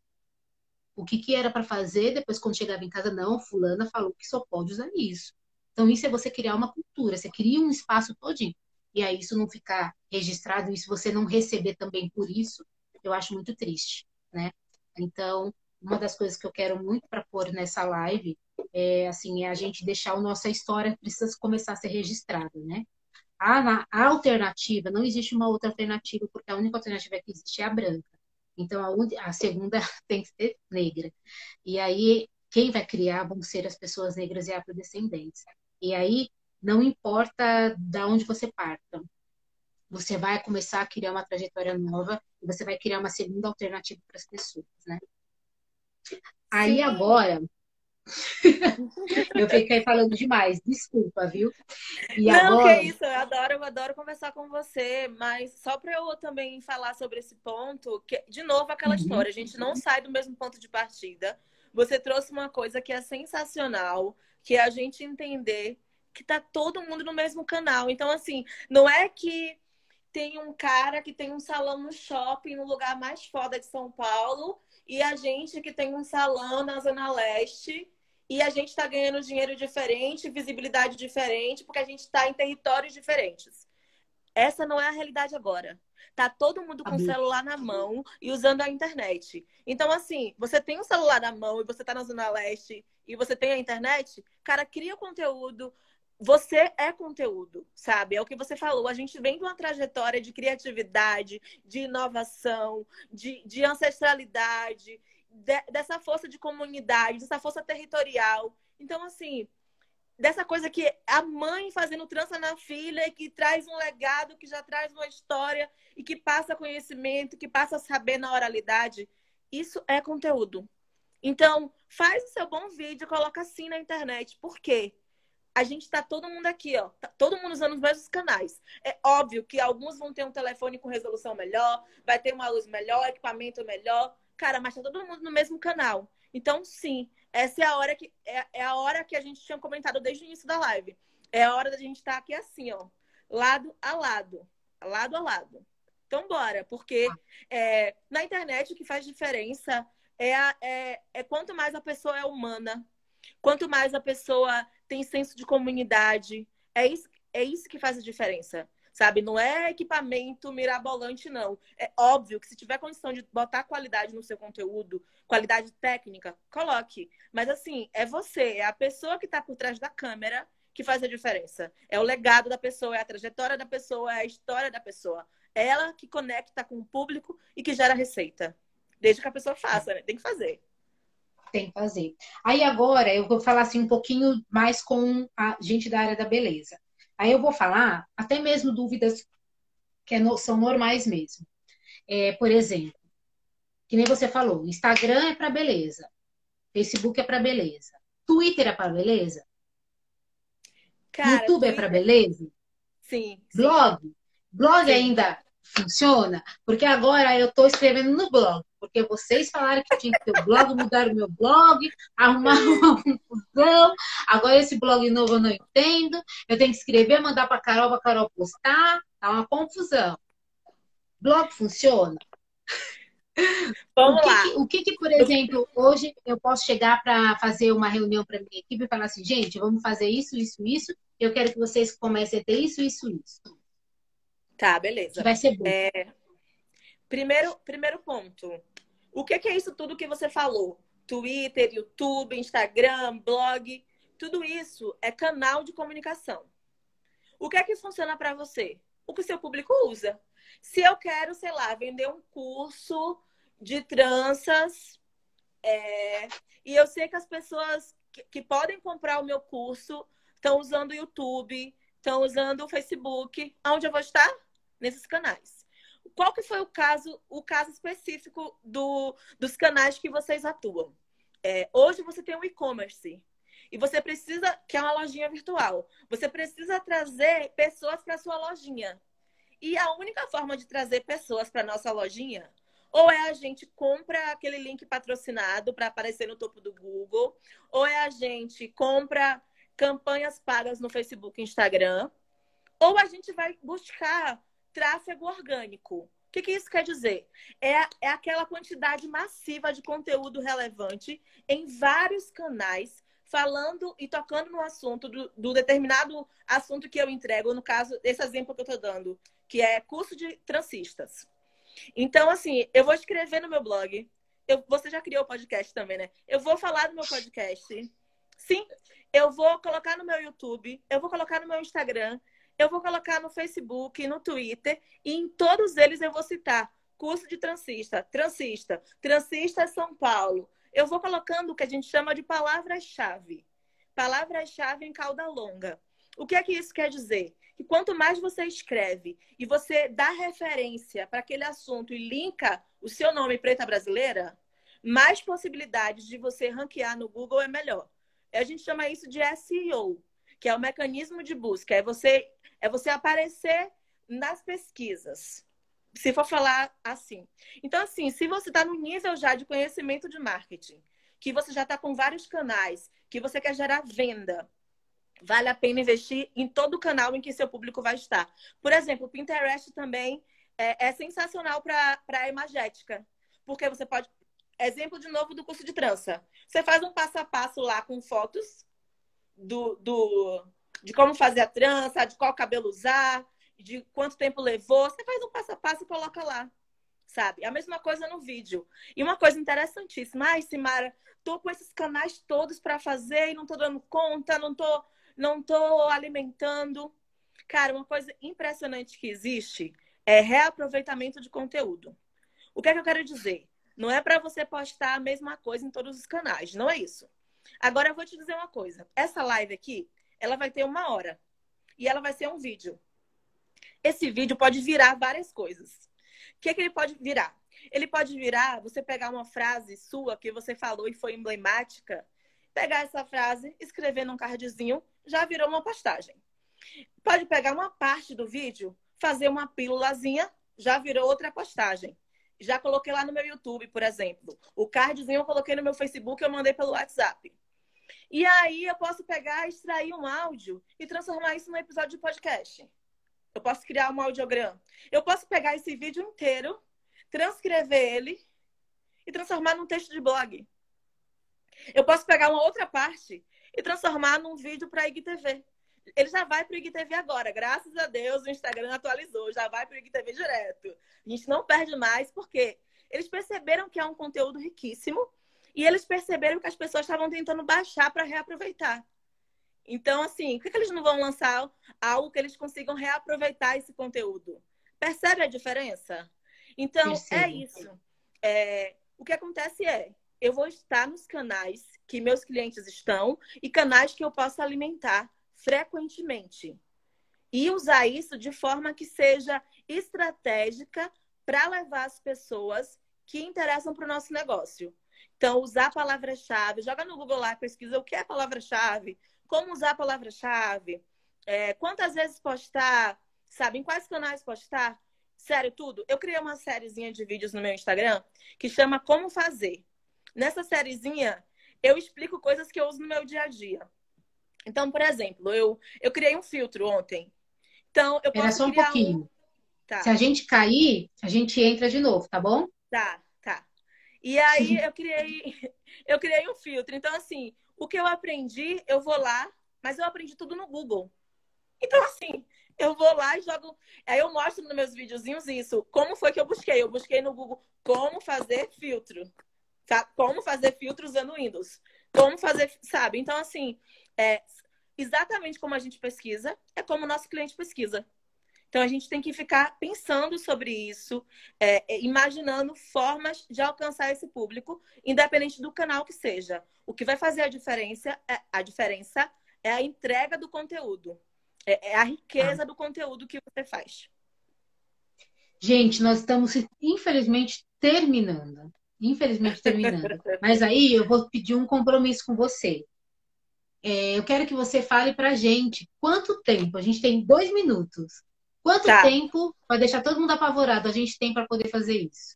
[SPEAKER 1] O que, que era para fazer, depois quando chegava em casa, não, fulana falou que só pode usar isso. Então isso é você criar uma cultura, você cria um espaço todinho. E aí isso não ficar registrado, isso você não receber também por isso, eu acho muito triste, né? Então, uma das coisas que eu quero muito para pôr nessa live é, assim, é a gente deixar a nossa história precisa começar a ser registrada, né? A, a alternativa, não existe uma outra alternativa, porque a única alternativa que existe é a branca. Então, a, a segunda tem que ser negra. E aí, quem vai criar vão ser as pessoas negras e afrodescendentes. E aí, não importa de onde você parta, você vai começar a criar uma trajetória nova e você vai criar uma segunda alternativa para as pessoas, né? Aí,
[SPEAKER 2] Sim.
[SPEAKER 1] agora, Eu fiquei falando demais, desculpa, viu? E
[SPEAKER 2] Não, que
[SPEAKER 1] agora,
[SPEAKER 2] isso, eu adoro, eu adoro conversar com você, mas só para eu também falar sobre esse ponto, que, de novo, aquela
[SPEAKER 1] uhum,
[SPEAKER 2] história, a gente não sai do mesmo ponto de partida. Você trouxe uma coisa que é sensacional, que é a gente entender que tá todo mundo no mesmo canal. Então, assim, não é que tem um cara que tem um salão no shopping, no lugar mais foda de São Paulo, e a gente que tem um salão na Zona Leste, e a gente está ganhando dinheiro diferente, visibilidade diferente, porque a gente está em territórios diferentes. Essa não é a realidade agora. Tá todo mundo com o
[SPEAKER 1] Fabi,
[SPEAKER 2] celular na mão e usando a internet. Então, assim, você tem um celular na mão e você tá na Zona Leste e você tem a internet, cara, cria conteúdo. Você é conteúdo, sabe? É o que você falou. A gente vem de uma trajetória de criatividade, de inovação, de, de ancestralidade, de, dessa força de comunidade, dessa força territorial. Então, assim, dessa coisa que a mãe fazendo trança na filha e que traz um legado, que já traz uma história e que passa conhecimento, que passa a saber na oralidade. Isso é conteúdo. Então, faz o seu bom vídeo, coloca assim na internet. Por quê? A gente tá todo mundo aqui, ó. Tá todo mundo usando os mesmos canais. É óbvio que alguns vão ter um telefone com resolução melhor, vai ter uma luz melhor, equipamento melhor. Cara, mas tá todo mundo no mesmo canal. Então, sim, essa é a hora que é, é a hora que a gente tinha comentado desde o início da live. É a hora da gente estar aqui assim, ó, lado a lado, lado a lado. Então, bora, porque é, na internet o que faz diferença é, a, é, é quanto mais a pessoa é humana, quanto mais a pessoa tem senso de comunidade. É isso, é isso que faz a diferença, sabe? Não é equipamento mirabolante, não. É óbvio que se tiver condição de botar qualidade no seu conteúdo, qualidade técnica, coloque. Mas, assim, é você, é a pessoa que está por trás da câmera que faz a diferença. É o legado da pessoa, é a trajetória da pessoa, é a história da pessoa. É ela que conecta com o público e que gera receita. Desde que a pessoa faça, né? Tem que fazer.
[SPEAKER 1] tem que fazer. Aí agora eu vou falar assim um pouquinho mais com a gente da área da beleza. Aí eu vou falar até mesmo dúvidas que é no- são normais mesmo. É, por exemplo, que nem você falou, Instagram é para beleza, Facebook é para beleza, Twitter é para beleza,
[SPEAKER 2] Cara,
[SPEAKER 1] YouTube é para
[SPEAKER 2] Twitter.
[SPEAKER 1] beleza,
[SPEAKER 2] Sim, sim,
[SPEAKER 1] blog, blog
[SPEAKER 2] sim.
[SPEAKER 1] ainda funciona, porque agora eu estou escrevendo no blog, porque vocês falaram que tinha que ter o blog, mudaram o meu blog, arrumaram uma confusão, agora esse blog novo eu não entendo, eu tenho que escrever, mandar para a Carol, para a Carol postar, tá uma confusão. Blog funciona? O
[SPEAKER 2] Vamos
[SPEAKER 1] que que,
[SPEAKER 2] lá.
[SPEAKER 1] o que que, por
[SPEAKER 2] No-
[SPEAKER 1] exemplo, hoje eu posso chegar para fazer uma reunião para minha equipe e falar assim, gente, vamos fazer isso, isso, isso, eu quero que vocês comecem a ter isso, isso, isso,
[SPEAKER 2] Tá,
[SPEAKER 1] que
[SPEAKER 2] beleza.
[SPEAKER 1] vai ser bom.
[SPEAKER 2] É, primeiro, primeiro ponto. O que que é isso tudo que você falou? Twitter, YouTube, Instagram, blog, tudo isso é canal de comunicação. O que é que funciona para você? O que o seu público usa. Se eu quero, sei lá, vender um curso de tranças, é, e eu sei que as pessoas que, que podem comprar o meu curso estão usando o YouTube, estão usando o Facebook, onde eu vou estar? Nesses canais. Qual que foi o caso, o caso específico do, dos canais que vocês atuam? É, hoje você tem um e-commerce e você precisa, que é uma lojinha virtual, você precisa trazer pessoas para sua lojinha. E a única forma de trazer pessoas para nossa lojinha, ou é a gente compra aquele link patrocinado para aparecer no topo do Google, ou é a gente compra campanhas pagas no Facebook e Instagram, ou a gente vai buscar tráfego orgânico. O que, que isso quer dizer? É, é aquela quantidade massiva de conteúdo relevante em vários canais, falando e tocando no assunto do, do determinado assunto que eu entrego, no caso, esse exemplo que eu estou dando, que é curso de transistas. Então, assim, eu vou escrever no meu blog. Eu, você já criou o podcast também, né? Eu vou falar no meu podcast. Sim, eu vou colocar no meu YouTube, eu vou colocar no meu Instagram, eu vou colocar no Facebook, no Twitter, e em todos eles eu vou citar curso de transista, transista, transista São Paulo. Eu vou colocando o que a gente chama de palavras-chave. Palavras-chave em cauda longa. O que é que isso quer dizer? Que quanto mais você escreve e você dá referência para aquele assunto e linka o seu nome Preta Brasileira, mais possibilidades de você ranquear no Google, é melhor. A gente chama isso de S E O, que é o mecanismo de busca. É você, é você aparecer nas pesquisas, se for falar assim. Então, assim, se você está no nível já de conhecimento de marketing, que você já está com vários canais, que você quer gerar venda, vale a pena investir em todo o canal em que seu público vai estar. Por exemplo, o Pinterest também é, é sensacional para a imagética, porque você pode... Exemplo de novo do curso de trança. Você faz um passo a passo lá com fotos do, do, de como fazer a trança, de qual cabelo usar, de quanto tempo levou. Você faz um passo a passo e coloca lá, sabe? A mesma coisa no vídeo. E uma coisa interessantíssima. Ai, Simara, tô com esses canais todos para fazer e não tô dando conta, não tô, não tô alimentando. Cara, uma coisa impressionante que existe é reaproveitamento de conteúdo. O que é que eu quero dizer? Não é para você postar a mesma coisa em todos os canais, não é isso. Agora eu vou te dizer uma coisa. Essa live aqui, ela vai ter uma hora. E ela vai ser um vídeo. Esse vídeo pode virar várias coisas. O que é que ele pode virar? Ele pode virar, você pegar uma frase sua que você falou e foi emblemática, pegar essa frase, escrever num cardzinho, já virou uma postagem. Pode pegar uma parte do vídeo, fazer uma pílulazinha, já virou outra postagem. Já coloquei lá no meu YouTube, por exemplo. O cardzinho eu coloquei no meu Facebook e eu mandei pelo WhatsApp. E aí eu posso pegar, extrair um áudio e transformar isso num episódio de podcast. Eu posso criar um audiograma. Eu posso pegar esse vídeo inteiro, transcrever ele e transformar num texto de blog. Eu posso pegar uma outra parte e transformar num vídeo para I G T V. Ele já vai para o I G T V agora. Graças a Deus, o Instagram atualizou. Já vai para o I G T V direto. A gente não perde mais, porque eles perceberam que é um conteúdo riquíssimo e eles perceberam que as pessoas estavam tentando baixar para reaproveitar. Então, assim, por que eles não vão lançar algo que eles consigam reaproveitar esse conteúdo? Percebe a diferença? Então, Percebo. é isso. É, o que acontece é, eu vou estar nos canais que meus clientes estão e canais que eu possa alimentar frequentemente. E usar isso de forma que seja estratégica para levar as pessoas que interessam para o nosso negócio. Então, usar palavra-chave. Joga no Google lá, pesquisa o que é palavra-chave, como usar a palavra-chave, é, quantas vezes postar, sabe? Em quais canais postar. Sério, tudo. Eu criei uma sériezinha de vídeos no meu Instagram que chama Como Fazer. Nessa sériezinha, eu explico coisas que eu uso no meu dia a dia. Então, por exemplo, eu, eu criei um filtro ontem. Então, eu posso
[SPEAKER 1] Era só um
[SPEAKER 2] criar
[SPEAKER 1] pouquinho.
[SPEAKER 2] um... Tá.
[SPEAKER 1] Se a gente cair, a gente entra de novo, tá bom?
[SPEAKER 2] Tá, tá. E aí eu criei, eu criei um filtro. Então, assim, o que eu aprendi, eu vou lá, mas eu aprendi tudo no Google. Então, assim, eu vou lá e jogo. Aí eu mostro nos meus videozinhos isso. Como foi que eu busquei? Eu busquei no Google como fazer filtro. Tá? Como fazer filtro usando Windows. Como fazer, sabe? Então, assim, é exatamente como a gente pesquisa, é como o nosso cliente pesquisa. Então, a gente tem que ficar pensando sobre isso, é, imaginando formas de alcançar esse público, independente do canal que seja. O que vai fazer a diferença é a, diferença é a entrega do conteúdo. É, é a riqueza ah. do conteúdo que você faz.
[SPEAKER 1] Gente, nós estamos, infelizmente, terminando. Infelizmente, terminando. Mas aí eu vou pedir um compromisso com você. É, eu quero que você fale pra gente quanto tempo. A gente tem dois minutos. Quanto tá. tempo, vai deixar todo mundo apavorado, a gente tem para poder fazer isso?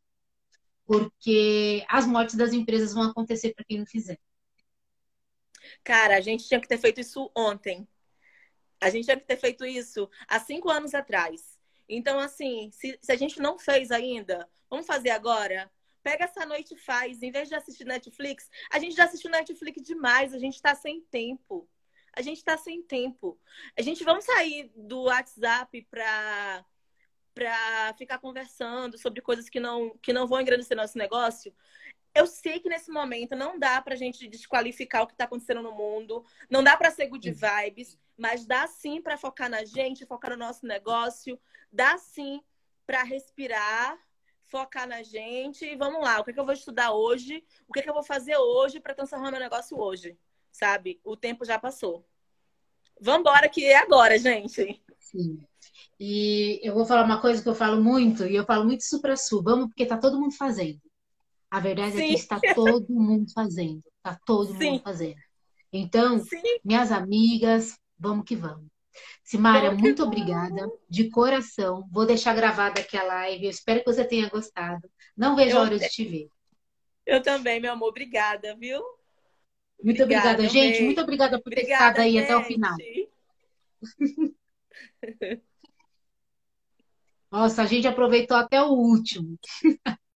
[SPEAKER 1] Porque as mortes das empresas vão acontecer para quem não fizer.
[SPEAKER 2] Cara, a gente tinha que ter feito isso ontem. A gente tinha que ter feito isso há cinco anos atrás. Então, assim, se, se a gente não fez ainda, vamos fazer agora? Pega essa noite e faz. Em vez de assistir Netflix, a gente já assistiu Netflix demais, a gente está sem tempo. A gente está sem tempo. A gente vamos sair do WhatsApp para para ficar conversando sobre coisas que não, que não vão engrandecer nosso negócio. Eu sei que nesse momento não dá para a gente desqualificar o que está acontecendo no mundo, não dá para ser good vibes, mas dá sim para focar na gente, focar no nosso negócio, dá sim para respirar, focar na gente e vamos lá. O que é que eu vou estudar hoje? O que é que eu vou fazer hoje para transformar meu negócio hoje? Sabe? O tempo já passou. Vambora, que é agora, gente.
[SPEAKER 1] Sim. E eu vou falar uma coisa que eu falo muito, e eu falo muito isso pra Su. Vamos, porque tá todo mundo fazendo. A verdade é que
[SPEAKER 2] Sim,
[SPEAKER 1] está todo mundo fazendo. Está todo mundo
[SPEAKER 2] sim,
[SPEAKER 1] fazendo. Então,
[SPEAKER 2] sim.
[SPEAKER 1] minhas amigas, vamos que vamos. Simária,
[SPEAKER 2] Vamos que
[SPEAKER 1] muito obrigada,
[SPEAKER 2] vamos.
[SPEAKER 1] de coração. Vou deixar gravada aqui a live. Eu espero que você tenha gostado. Não vejo a
[SPEAKER 2] Eu,
[SPEAKER 1] hora de te ver.
[SPEAKER 2] eu também, meu amor. Obrigada, viu?
[SPEAKER 1] Muito obrigada,
[SPEAKER 2] Obrigada,
[SPEAKER 1] gente. Muito
[SPEAKER 2] amei.
[SPEAKER 1] obrigada por ter ficado
[SPEAKER 2] Obrigada,
[SPEAKER 1] aí até o final.
[SPEAKER 2] gente.
[SPEAKER 1] Nossa, a gente aproveitou até o último.